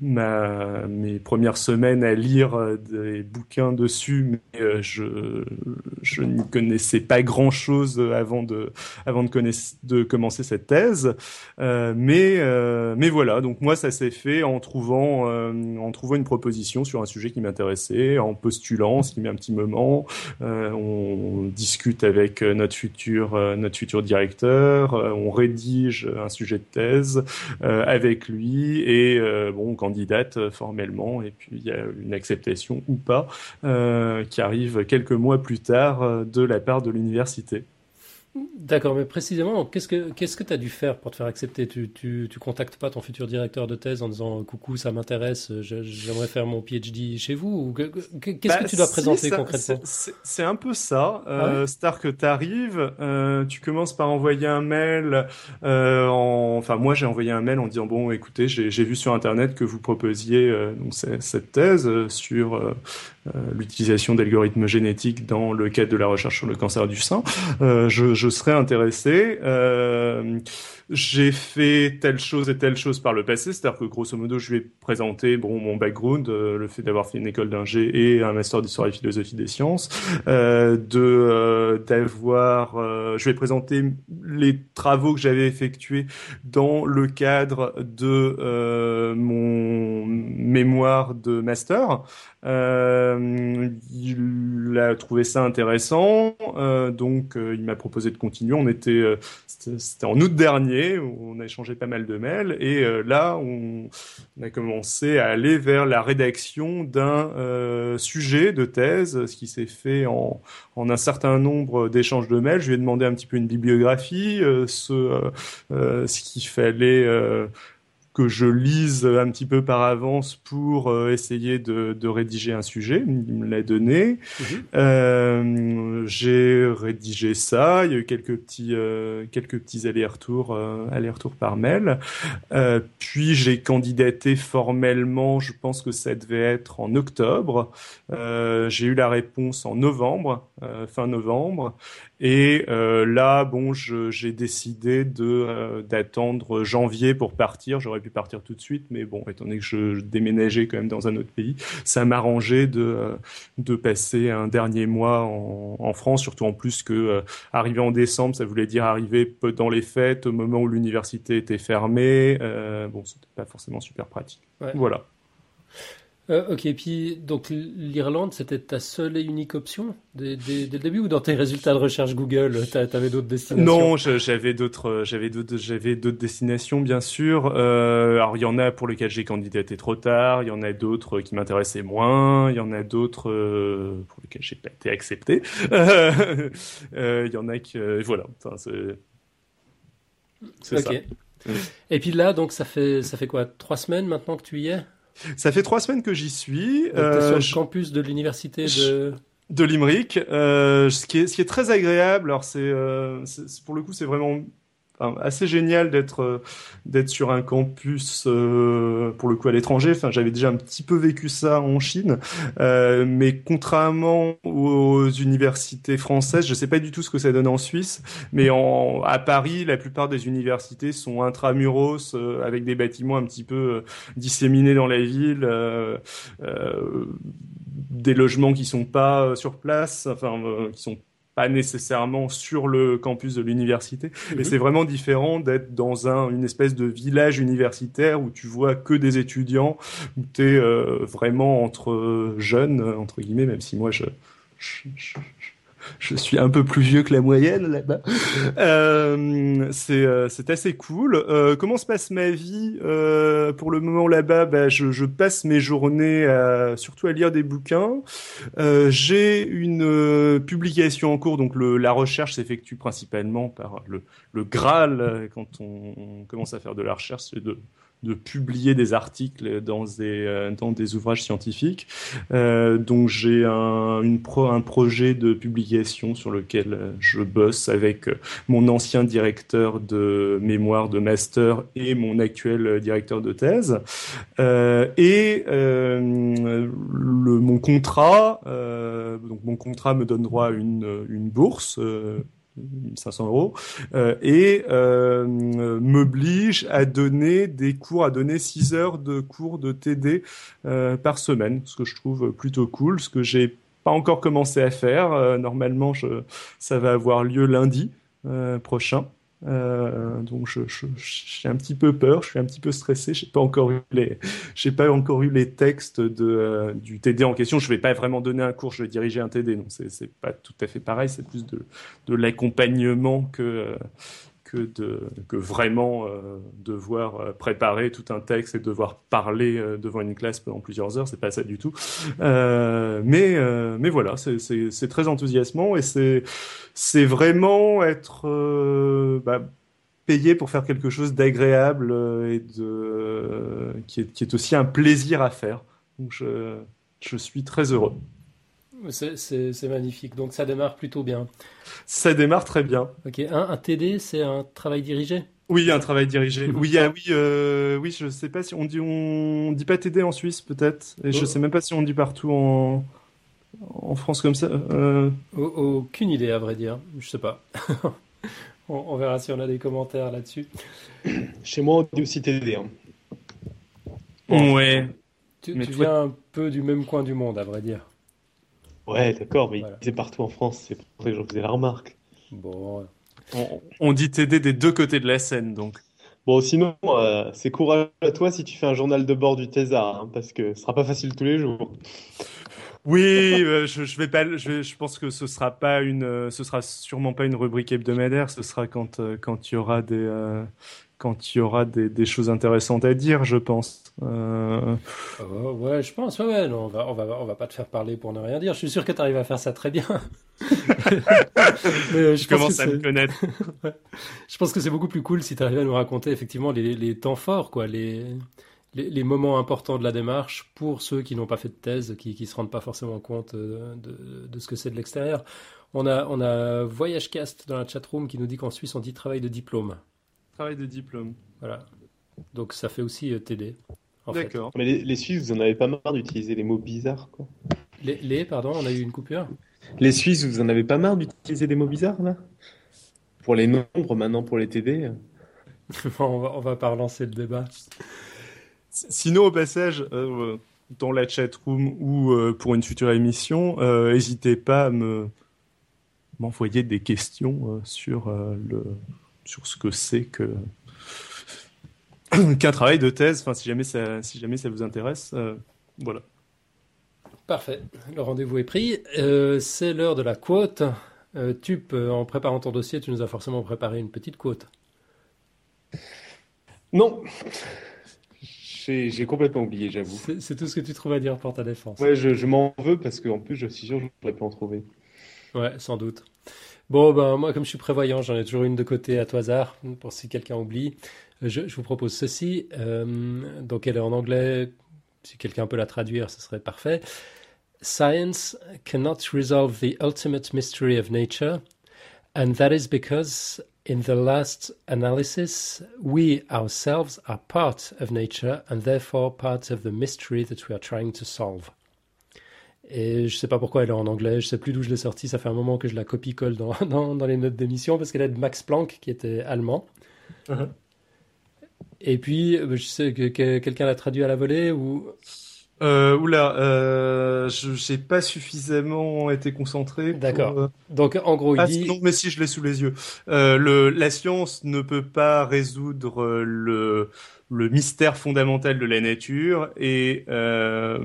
ma mes premières semaines à lire euh, des bouquins dessus, mais euh, je je n'y connaissais pas grand-chose avant de avant de connaiss- de commencer cette thèse. Euh, mais euh, mais voilà, donc moi ça s'est fait en trouvant euh, en trouvant une proposition sur un sujet qui m'intéressait, en postulant, ce qui met un petit moment. Euh, on discute avec euh, notre futur euh, notre futur directeur, euh, on rédige un sujet de thèse euh, avec lui et euh, bon, on candidate euh, formellement et puis il y a une acceptation ou pas euh, qui arrive quelques mois plus tard euh, de la part de l'université. D'accord, mais précisément, qu'est-ce que qu'est-ce que tu as dû faire pour te faire accepter? Tu, tu, tu contactes pas ton futur directeur de thèse en disant coucou, ça m'intéresse, je- j'aimerais faire mon PhD chez vous? Ou que- que- qu'est-ce Bah, que tu dois si, présenter ça- concrètement? c'est c'est- c'est un peu ça. Ah ouais? Euh, c'est-à-dire que tu arrives, tu commences par envoyer un mail. Euh, en... Enfin, moi, j'ai envoyé un mail en disant, bon, écoutez, j'ai j'ai vu sur Internet que vous proposiez euh, donc, c'est- cette thèse euh, sur euh, euh, l'utilisation d'algorithmes génétiques dans le cadre de la recherche sur le cancer du sein. Euh, je, je serais intéressé. Euh, j'ai fait telle chose et telle chose par le passé, c'est-à-dire que grosso modo, je vais présenter bon mon background, euh, le fait d'avoir fait une école d'ingé et un master d'histoire et philosophie des sciences, euh, de euh, d'avoir, euh, je vais présenter les travaux que j'avais effectués dans le cadre de euh, mon mémoire de master. Euh, il a trouvé ça intéressant, euh, donc euh, il m'a proposé de continuer. On était, euh, c'était, c'était en août dernier, où on a échangé pas mal de mails, et euh, là on, on a commencé à aller vers la rédaction d'un euh, sujet de thèse, ce qui s'est fait en, en un certain nombre d'échanges de mails. Je lui ai demandé un petit peu une bibliographie, euh, ce, euh, euh, ce qu'il fallait. Euh, que je lise un petit peu par avance pour euh, essayer de, de rédiger un sujet. Il me l'a donné. Mhm. Euh, j'ai rédigé ça. Il y a eu quelques petits, euh, quelques petits allers-retours, euh, allers-retours par mail. Euh, puis j'ai candidaté formellement. Je pense que ça devait être en octobre. Euh, j'ai eu la réponse en novembre, euh, fin novembre. Et euh, là, bon, je, j'ai décidé de euh, d'attendre janvier pour partir. J'aurais pu partir tout de suite, mais bon, étant donné que je, je déménageais quand même dans un autre pays, ça m'arrangeait de euh, de passer un dernier mois en, en France, surtout en plus que euh, arriver en décembre, ça voulait dire arriver peu dans les fêtes, au moment où l'université était fermée. Euh, bon, c'était pas forcément super pratique. Ouais. Voilà. Euh, ok, puis donc l'Irlande, c'était ta seule et unique option dès, dès, dès le début ou dans tes résultats de recherche Google, t'a- t'avais d'autres destinations? Non, je- j'avais d'autres, j'avais d'autres, j'avais d'autres destinations, bien sûr. Euh, alors, il y en a pour lesquelles j'ai candidaté trop tard, il y en a d'autres qui m'intéressaient moins, il y en a d'autres euh, pour lesquelles j'ai pas été accepté. Euh, euh, il y en a qui, euh, voilà, enfin, c'est, c'est ça. Ok. Et puis là, donc ça fait ça fait quoi? Trois semaines maintenant que tu y es? Ça fait trois semaines que j'y suis. Donc t'es Euh, sur le je- campus de l'université je- de... de Limerick, euh, ce qui est, ce qui est très agréable. Alors c'est, euh, c'est- c'est- pour le coup, c'est vraiment enfin, assez génial d'être euh, d'être sur un campus euh, pour le coup à l'étranger. Enfin, j'avais déjà un petit peu vécu ça en Chine, euh, mais contrairement aux universités françaises, je sais pas du tout ce que ça donne en Suisse, mais en à Paris, la plupart des universités sont intramuros euh, avec des bâtiments un petit peu euh, disséminés dans la ville. Euh, euh, des logements qui sont pas sur place, enfin euh, qui sont pas nécessairement sur le campus de l'université. Mmh. Et c'est vraiment différent d'être dans un, une espèce de village universitaire où tu vois que des étudiants, où tu es euh, vraiment entre jeunes, entre guillemets, même si moi, je, je, je, je suis un peu plus vieux que la moyenne là-bas. Euh, c'est, euh, c'est assez cool. Euh, comment se passe ma vie euh, pour le moment là-bas? Bah, je, je passe mes journées à, surtout à lire des bouquins. Euh, j'ai une euh, publication en cours, donc le, la recherche s'effectue principalement par le, le Graal quand on, on commence à faire de la recherche, c'est de de publier des articles dans des euh, dans des ouvrages scientifiques. Euh, donc j'ai un une pro, un projet de publication sur lequel je bosse avec mon ancien directeur de mémoire de master et mon actuel directeur de thèse. Euh, et euh, le mon contrat euh, donc mon contrat me donne droit à une une bourse euh, cinq cents euros, euh, et euh, m'oblige à donner des cours, à donner six heures de cours de T D euh, par semaine, ce que je trouve plutôt cool, ce que j'ai pas encore commencé à faire. Euh, normalement, je, ça va avoir lieu lundi euh, prochain. Euh, donc je, je, j'ai un petit peu peur, je suis un petit peu stressé, j'ai pas encore eu les, j'ai pas encore eu les textes de euh, du T D en question. Je vais pas vraiment donner un cours, je vais diriger un T D, donc c'est c'est pas tout à fait pareil. C'est plus de de l'accompagnement que euh, que de que vraiment euh, devoir préparer tout un texte et devoir parler euh, devant une classe pendant plusieurs heures. C'est pas ça du tout. Euh, mais euh, mais voilà, c'est c'est c'est très enthousiasmant et c'est c'est vraiment être euh, bah, payé pour faire quelque chose d'agréable et de euh, qui est qui est aussi un plaisir à faire. Donc je je suis très heureux. C'est, c'est, c'est magnifique. Donc ça démarre plutôt bien. Ça démarre très bien. Ok. Un, un T D, c'est un travail dirigé? Oui, un travail dirigé. Oui, ah, oui, euh, oui, je sais pas si on dit on dit pas T D en Suisse peut-être, et je Oh. sais même pas si on dit partout en en France comme ça. Euh... Oh, aucune idée à vrai dire. Je sais pas. on, on verra si on a des commentaires là-dessus. Chez moi, on dit aussi T D. Hein. Bon, ouais. Tu, mais tu toi... viens un peu du même coin du monde, à vrai dire. Ouais, d'accord, mais Voilà. c'est partout en France, c'est pour ça que je faisais la remarque. Bon. On, on dit T D des deux côtés de la Seine, donc. Bon, sinon, euh, c'est courage à toi si tu fais un journal de bord du Thésard, hein, parce que ce sera pas facile tous les jours. Oui, euh, je, je vais pas, je, vais, je pense que ce sera pas une, euh, ce sera sûrement pas une rubrique hebdomadaire. Ce sera quand, euh, quand il y aura des, euh, quand il y aura des, des choses intéressantes à dire, je pense. Euh... Oh, ouais, je pense. Ouais, ouais. Non, on va, on va, on va pas te faire parler pour ne rien dire. Je suis sûr que tu arrives à faire ça très bien. Mais, euh, je je pense commence que à c'est... me connaître. Ouais. Je pense que c'est beaucoup plus cool si tu arrives à nous raconter effectivement les, les temps forts, quoi, les, les, les moments importants de la démarche pour ceux qui n'ont pas fait de thèse, qui ne se rendent pas forcément compte de, de, de ce que c'est de l'extérieur. On a, on a VoyageCast dans la chatroom qui nous dit qu'en Suisse on dit travail de diplôme. Travail de diplôme. Voilà. Donc ça fait aussi euh, T D. En D'accord. Mais les, les Suisses, vous en avez pas marre d'utiliser les mots bizarres, quoi. fait. Les, les, pardon, on a eu une coupure. Les Suisses, vous en avez pas marre d'utiliser des mots bizarres, là? Pour les nombres, maintenant pour les T D. on va, on va pas relancer le débat. Sinon, au passage, euh, dans la chatroom ou euh, pour une future émission, euh, n'hésitez pas à me m'envoyer des questions euh, sur euh, le sur ce que c'est que qu'un travail de thèse. Enfin, si jamais ça si jamais ça vous intéresse, euh, voilà. Parfait, le rendez-vous est pris. Euh, c'est l'heure de la quote. Euh, Tup, euh, en préparant ton dossier, tu nous as forcément préparé une petite quote. Non, j'ai j'ai complètement oublié, j'avoue. C'est, c'est tout ce que tu trouves à dire pour ta défense. Ouais, je, je m'en veux parce qu'en plus, je suis sûr que j'aurais pu en trouver. Ouais, sans doute. Bon, ben moi, comme je suis prévoyant, j'en ai toujours une de côté à tout hasard, pour si quelqu'un oublie. Je, je vous propose ceci. Euh, donc, elle est en anglais. Si quelqu'un peut la traduire, ce serait parfait. Science cannot resolve the ultimate mystery of nature, and that is because, in the last analysis, we ourselves are part of nature, and therefore part of the mystery that we are trying to solve. Et je sais pas pourquoi elle est en anglais, je sais plus d'où je l'ai sortie, ça fait un moment que je la copie-colle dans, dans, dans les notes d'émission, parce qu'elle est de Max Planck, qui était allemand. Uh-huh. Et puis, je sais que, que quelqu'un l'a traduit à la volée, ou... Euh, oula, euh, je j'ai pas suffisamment été concentré pour. D'accord. euh, Donc, en gros, il Ah dit... non, mais si, je l'ai sous les yeux. Euh, le, la science ne peut pas résoudre euh, le le mystère fondamental de la nature et euh,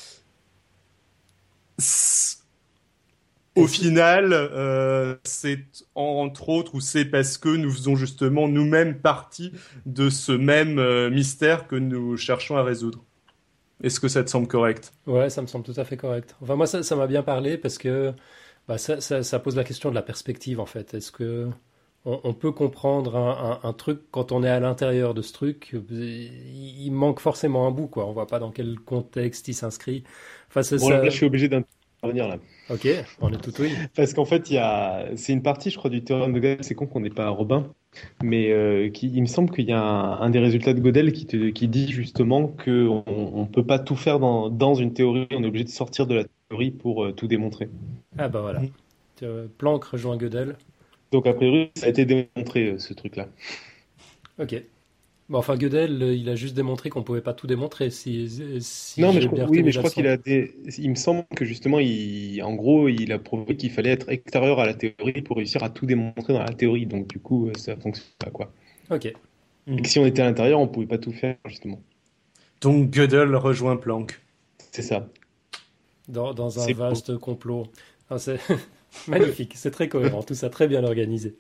c- au est-ce- final, euh, c'est entre autres ou c'est parce que nous faisons justement nous-mêmes partie de ce même euh, mystère que nous cherchons à résoudre. Est-ce que ça te semble correct? Ouais, ça me semble tout à fait correct. Enfin, moi, ça, ça m'a bien parlé parce que bah, ça, ça, ça pose la question de la perspective, en fait. Est-ce que on, on peut comprendre un, un- un truc quand on est à l'intérieur de ce truc? Il, il manque forcément un bout, quoi. On voit pas dans quel contexte il s'inscrit. Enfin, c'est Bon, là, ça. je suis obligé d'intervenir là. Ok, on est tout oui. Parce qu'en fait, il y a... c'est une partie, je crois, du théorème de Gödel. C'est con qu'on n'ait pas Robin. Mais euh, qui, il me semble qu'il y a un, un des résultats de Gödel qui, te- qui dit justement qu'on ne peut pas tout faire dans, dans une théorie. On est obligé de sortir de la théorie pour euh, tout démontrer. Ah bah voilà. Euh, Planck rejoint Gödel. Donc, a priori, ça a été démontré, euh, ce truc-là. Ok. Bon, enfin, Gödel, euh, il a juste démontré qu'on pouvait pas tout démontrer, si, si Non, mais j'ai je, crois- bien oui, retenu mais je la crois leçon. qu'il a des... Il me semble que justement, il, en gros, il a prouvé qu'il fallait être extérieur à la théorie pour réussir à tout démontrer dans la théorie. Donc, du coup, euh, ça fonctionne pas, quoi. Ok. Et que si on était à l'intérieur, on pouvait pas tout faire, justement. Donc Gödel rejoint Planck. C'est ça. Dans, dans un C'est beau. vaste complot. Enfin, c'est magnifique, c'est très cohérent, tout ça très bien organisé.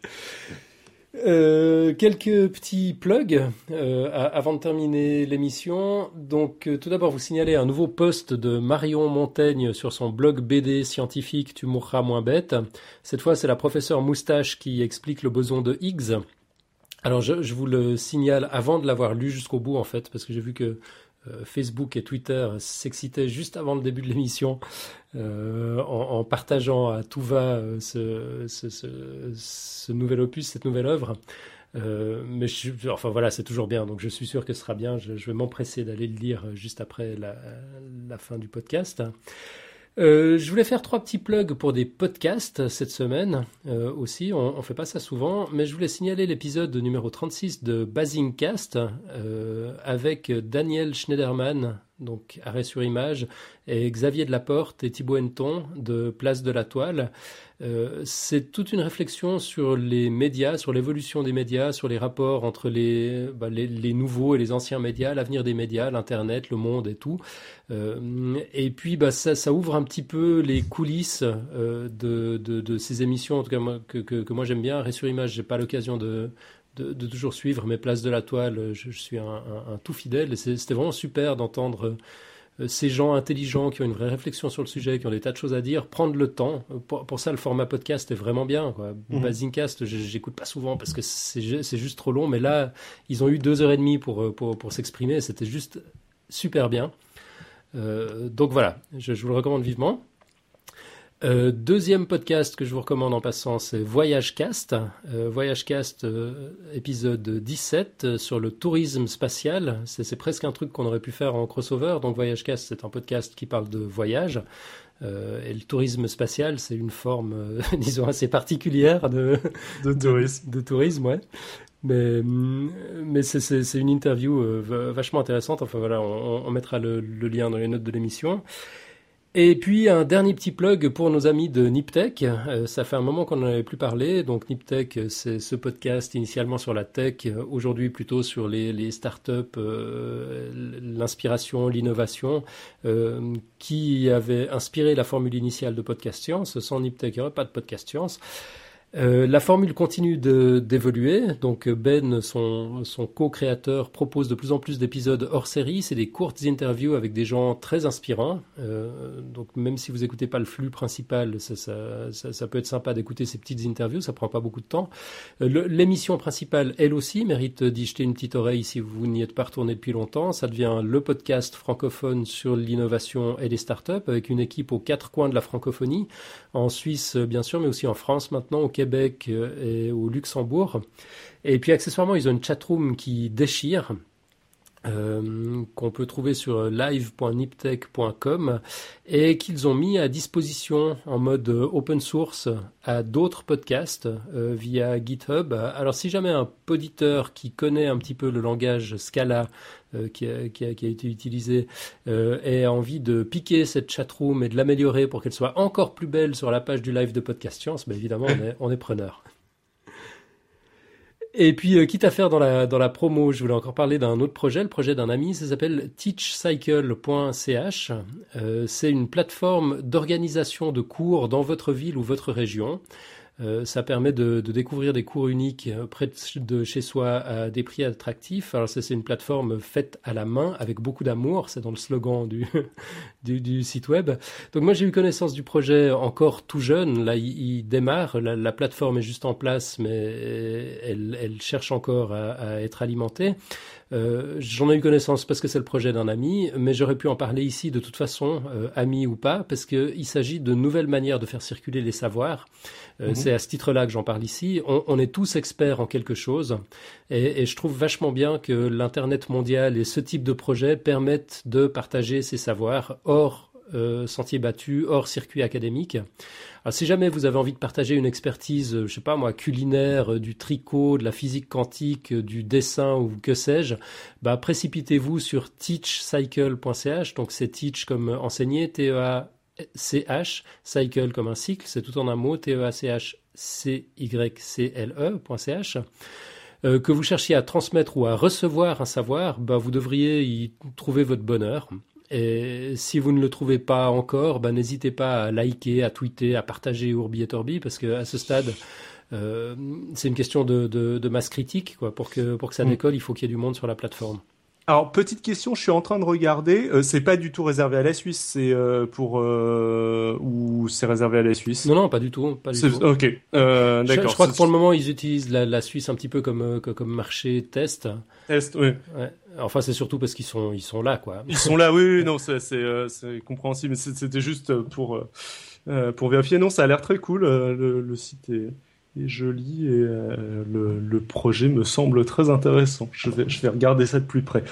Euh, quelques petits plugs euh, a- avant de terminer l'émission. Donc, euh, tout d'abord, vous signalez un nouveau post de Marion Montaigne sur son blog B D scientifique Tu mourras moins bête. Cette fois, c'est la professeure Moustache qui explique le boson de Higgs. Alors, je, je vous le signale avant de l'avoir lu jusqu'au bout, en fait, parce que j'ai vu que euh, Facebook et Twitter s'excitaient juste avant le début de l'émission euh, en, en partageant à tout va euh, ce, ce, ce, ce nouvel opus, cette nouvelle œuvre. Euh, mais je, enfin voilà, c'est toujours bien, donc je suis sûr que ce sera bien. Je, je vais m'empresser d'aller le lire juste après la, la fin du podcast. Euh, je voulais faire trois petits plugs pour des podcasts cette semaine euh, aussi. On, on fait pas ça souvent, mais je voulais signaler l'épisode numéro trente-six de Basingcast euh, avec Daniel Schneiderman, donc Arrêt sur Image, et Xavier Delaporte et Thibaut Henneton de Place de la Toile. Euh, c'est toute une réflexion sur les médias, sur l'évolution des médias, sur les rapports entre les, bah, les, les nouveaux et les anciens médias, l'avenir des médias, l'Internet, le monde et tout. Euh, et puis, bah, ça, ça ouvre un petit peu les coulisses euh, de, de, de ces émissions, en tout cas moi, que, que, que moi j'aime bien. Arrêt sur Image, j'ai pas l'occasion de, de, de toujours suivre, mais Place de la Toile, je, je suis un, un, un tout fidèle. Et c'est- c'était vraiment super d'entendre euh, ces gens intelligents qui ont une vraie réflexion sur le sujet, qui ont des tas de choses à dire, prendre le temps. Pour, pour ça, le format podcast est vraiment bien, quoi. Mhm. Basingcast, j'- j'écoute pas souvent parce que c'est ju- c'est juste trop long, mais là, ils ont eu deux heures et demie pour, euh, pour, pour s'exprimer et c'était juste super bien. Euh, donc voilà, je, je vous le recommande vivement. Euh, deuxième podcast que je vous recommande en passant, c'est VoyageCast. Euh, VoyageCast, euh, épisode dix-sept, euh, sur le tourisme spatial. C'est c'est presque un truc qu'on aurait pu faire en crossover. Donc VoyageCast, c'est un podcast qui parle de voyage. Euh, et le tourisme spatial, c'est une forme, euh, disons, assez particulière de, De de, tourisme. de tourisme, ouais. Mais, hum, mais c'est c'est- c'est une interview euh, va- vachement intéressante. Enfin voilà, on, on mettra le, le lien dans les notes de l'émission. Et puis un dernier petit plug pour nos amis de Niptech. Euh, ça fait un moment qu'on n'en avait plus parlé. Donc Niptech, euh, c'est ce podcast initialement sur la tech, euh, aujourd'hui plutôt sur les, les startups, euh, l'inspiration, l'innovation, euh, qui avait inspiré la formule initiale de Podcast Science. Sans Niptech, il n'y aurait pas de Podcast Science. Euh, la formule continue de- d'évoluer. Donc Ben, son, son co-créateur, propose de plus en plus d'épisodes hors série. C'est des courtes interviews avec des gens très inspirants. Euh, donc même si vous n'écoutez pas le flux principal, ça, ça, ça, ça peut être sympa d'écouter ces petites interviews. Ça prend pas beaucoup de temps. Euh, le- L'émission principale, elle aussi, mérite d'y jeter une petite oreille si vous n'y êtes pas retourné depuis longtemps. Ça devient le podcast francophone sur l'innovation et les startups, avec une équipe aux quatre coins de la francophonie, en Suisse bien sûr, mais aussi en France maintenant, au Québec et au Luxembourg. Et puis accessoirement, ils ont une chatroom qui déchire, euh, qu'on peut trouver sur live point niptech point com et qu'ils ont mis à disposition en mode open source à d'autres podcasts euh, via GitHub. Alors si jamais un poditeur qui connaît un petit peu le langage Scala euh, qui, a, qui, a, qui a été utilisée euh, ait envie de piquer cette chatroom et de l'améliorer pour qu'elle soit encore plus belle sur la page du live de Podcast Science, ben évidemment, on est, on est preneur. Et puis, euh, quitte à faire dans la, dans la promo, je voulais encore parler d'un autre projet, le projet d'un ami, ça s'appelle teachcycle point c h. Euh, c'est une plateforme d'organisation de cours dans votre ville ou votre région. Euh, ça permet de, de découvrir des cours uniques près de chez soi à des prix attractifs. Alors ça, c'est une plateforme faite à la main avec beaucoup d'amour, c'est dans le slogan du, du, du site web. Donc moi, j'ai eu connaissance du projet encore tout jeune. Là, il, il démarre, la, la plateforme est juste en place, mais elle, elle cherche encore à, à être alimentée. Euh, j'en ai eu connaissance parce que c'est le projet d'un ami, mais j'aurais pu en parler ici de toute façon, euh, ami ou pas, parce qu'il s'agit de nouvelles manières de faire circuler les savoirs. Euh, mmh. C'est à ce titre-là que j'en parle ici. On, on est tous experts en quelque chose, et, et je trouve vachement bien que l'Internet mondial et ce type de projet permettent de partager ces savoirs hors euh, sentier battu, hors circuit académique. Alors, si jamais vous avez envie de partager une expertise, euh, je sais pas moi, culinaire, euh, du tricot, de la physique quantique, euh, du dessin ou que sais-je, bah, précipitez-vous sur teachcycle point c h. Donc, c'est teach comme enseigner, T E A C H, cycle comme un cycle, c'est tout en un mot, T E A C H C Y C L E point C H. Euh, que vous cherchiez à transmettre ou à recevoir un savoir, bah, vous devriez y trouver votre bonheur. Et si vous ne le trouvez pas encore, bah, n'hésitez pas à liker, à tweeter, à partager Ourbi et Torbi, parce qu'à ce stade, euh, c'est une question de, de, de masse critique, quoi. Pour que, pour que ça décolle, il faut qu'il y ait du monde sur la plateforme. Alors, petite question, je suis en train de regarder, euh, c'est pas du tout réservé à la Suisse, c'est euh, pour... Euh, ou c'est réservé à la Suisse? Non, non, pas du tout. Pas du c'est, tout. Ok, euh, d'accord. Je, je crois c'est... que pour le moment, ils utilisent la, la Suisse un petit peu comme, euh, comme marché test. Test, oui. Ouais. Enfin, c'est surtout parce qu'ils sont, ils sont là, quoi. Ils sont là, oui, oui, non, c'est, c'est, euh, c'est compréhensible, mais c'était juste pour, euh, pour vérifier. Non, ça a l'air très cool, euh, le, le site est... est joli et euh, le, le projet me semble très intéressant. Je vais, je vais regarder ça de plus près.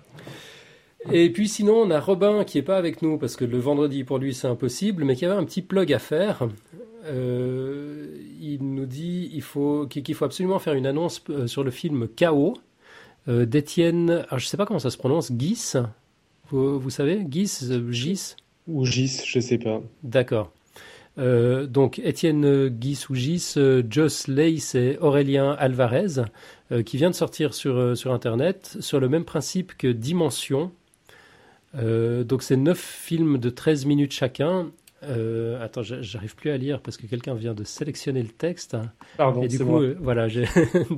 Et puis sinon, on a Robin qui est pas avec nous parce que le vendredi pour lui c'est impossible, mais qui avait un petit plug à faire. Euh, il nous dit il faut, qu'il faut absolument faire une annonce sur le film K O euh, d'Étienne. Alors, je sais pas comment ça se prononce, Gis. Vous, vous savez, Gis, Gis ou Gis, je sais pas. D'accord. Euh, donc Étienne Gis ou Gis, euh, Joss Lace et Aurélien Alvarez, euh, qui vient de sortir sur, euh, sur Internet, sur le même principe que Dimension. Euh, donc c'est neuf films de treize minutes chacun. Euh, attends, j'arrive plus à lire parce que quelqu'un vient de sélectionner le texte. Pardon, et du c'est coup, moi. Euh, voilà, j'ai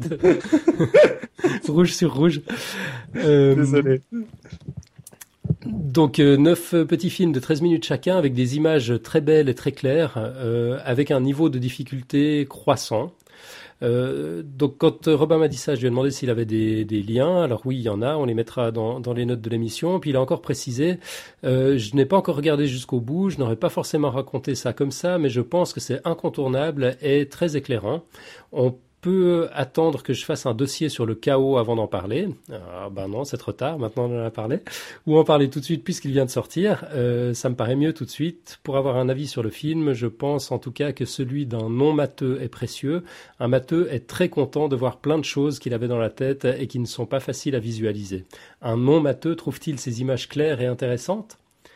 rouge sur rouge. Euh, Désolé. Donc, euh, neuf petits films de treize minutes chacun avec des images très belles et très claires, euh, avec un niveau de difficulté croissant. Euh, donc, quand Robin m'a dit ça, je lui ai demandé s'il avait des, des liens. Alors oui, il y en a, on les mettra dans, dans les notes de l'émission. Puis il a encore précisé, euh, je n'ai pas encore regardé jusqu'au bout, je n'aurais pas forcément raconté ça comme ça, mais je pense que c'est incontournable et très éclairant. On peut attendre que je fasse un dossier sur le chaos avant d'en parler. Ah ben non, c'est trop tard, maintenant on en a parlé. Ou en parler tout de suite puisqu'il vient de sortir. Euh, ça me paraît mieux tout de suite. Pour avoir un avis sur le film, je pense en tout cas que celui d'un non-matheux est précieux. Un matheux est très content de voir plein de choses qu'il avait dans la tête et qui ne sont pas faciles à visualiser. Un non-matheux trouve-t-il ces images claires et intéressantes ?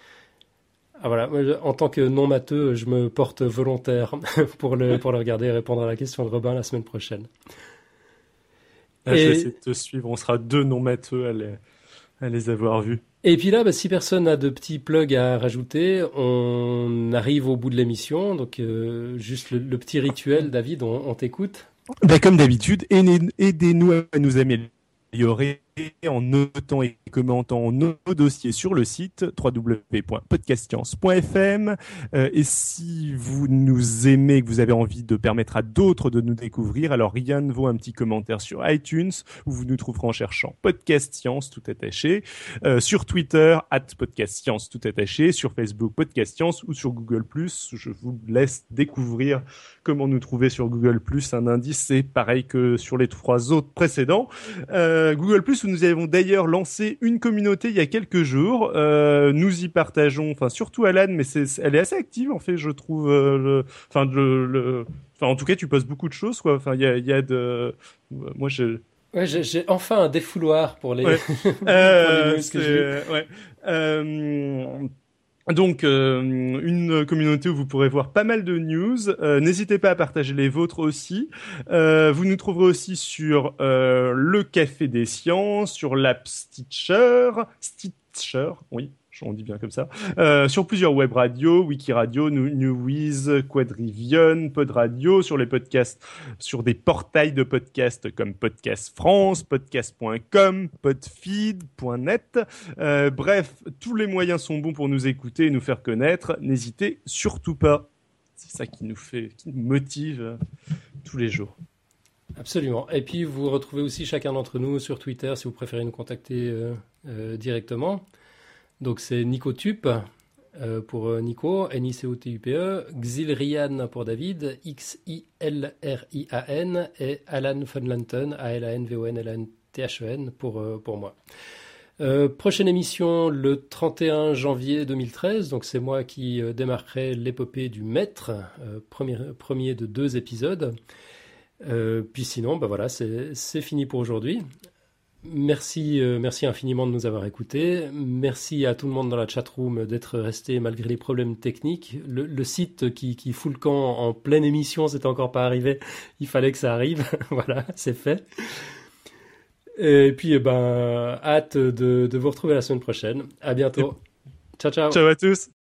Ah voilà, en tant que non-matheux, je me porte volontaire pour le, pour le regarder et répondre à la question de Robin la semaine prochaine. Ah, et... Je vais essayer de te suivre, on sera deux non-matheux à les, à les avoir vus. Et puis là, bah, si personne n'a de petits plugs à rajouter, on arrive au bout de l'émission. Donc, euh, juste le, le petit rituel, David, on, on t'écoute. Bah, comme d'habitude, aidez-nous à nous améliorer en notant et commentant nos dossiers sur le site w w w point podcast science point f m. Euh, et si vous nous aimez, que vous avez envie de permettre à d'autres de nous découvrir, alors rien ne vaut un petit commentaire sur iTunes, où vous nous trouverez en cherchant Podcast Science tout attaché, euh, sur Twitter, at Podcast Science tout attaché, sur Facebook Podcast Science ou sur Google plus. Je vous laisse découvrir comment nous trouver sur Google plus. Un indice, c'est pareil que sur les trois autres précédents. Euh, Google plus, où nous avons d'ailleurs lancé une communauté il y a quelques jours. Euh, nous y partageons, enfin surtout Alan, mais c'est, elle est assez active en fait, je trouve. Euh, le, enfin le, le, enfin en tout cas, tu postes beaucoup de choses quoi. Enfin il y a, il y a de, moi je Ouais, j'ai, j'ai enfin un défouloir pour les, Ouais. pour Euh, les news que j'ai lues. c'est- ouais. Euh, Donc, euh, une communauté où vous pourrez voir pas mal de news. Euh, n'hésitez pas à partager les vôtres aussi. Euh, vous nous trouverez aussi sur euh, le Café des Sciences, sur l'app Stitcher, Stitcher, oui, on dit bien comme ça, euh, sur plusieurs web radios, Wikiradio, Newiz, Quadrivion, Pod Radio, sur les podcasts, sur des portails de podcasts comme Podcast France, podcast point com, podfeed point net. Euh, bref, tous les moyens sont bons pour nous écouter et nous faire connaître. N'hésitez surtout pas. C'est ça qui nous fait, qui nous motive euh, tous les jours. Absolument. Et puis, vous retrouvez aussi chacun d'entre nous sur Twitter si vous préférez nous contacter euh, euh, directement. Donc, c'est Nicotup euh, pour euh, Nico, N I C O T U P E, Xilrian pour David, X I L R I A N, et Alan von Lanten, A L A N V O N L A N T H E N pour, euh, pour moi. Euh, prochaine émission le trente et un janvier deux mille treize, donc c'est moi qui euh, démarrerai l'épopée du maître, euh, premier, premier de deux épisodes. Euh, puis sinon, bah voilà, c'est, c'est fini pour aujourd'hui. Merci, euh, merci infiniment de nous avoir écoutés. Merci à tout le monde dans la chatroom d'être resté malgré les problèmes techniques. Le, le site qui, qui fout le camp en pleine émission, c'était encore pas arrivé. Il fallait que ça arrive. Voilà, c'est fait. Et puis, eh ben, hâte de, de vous retrouver la semaine prochaine. À bientôt. Ciao, ciao. Ciao à tous.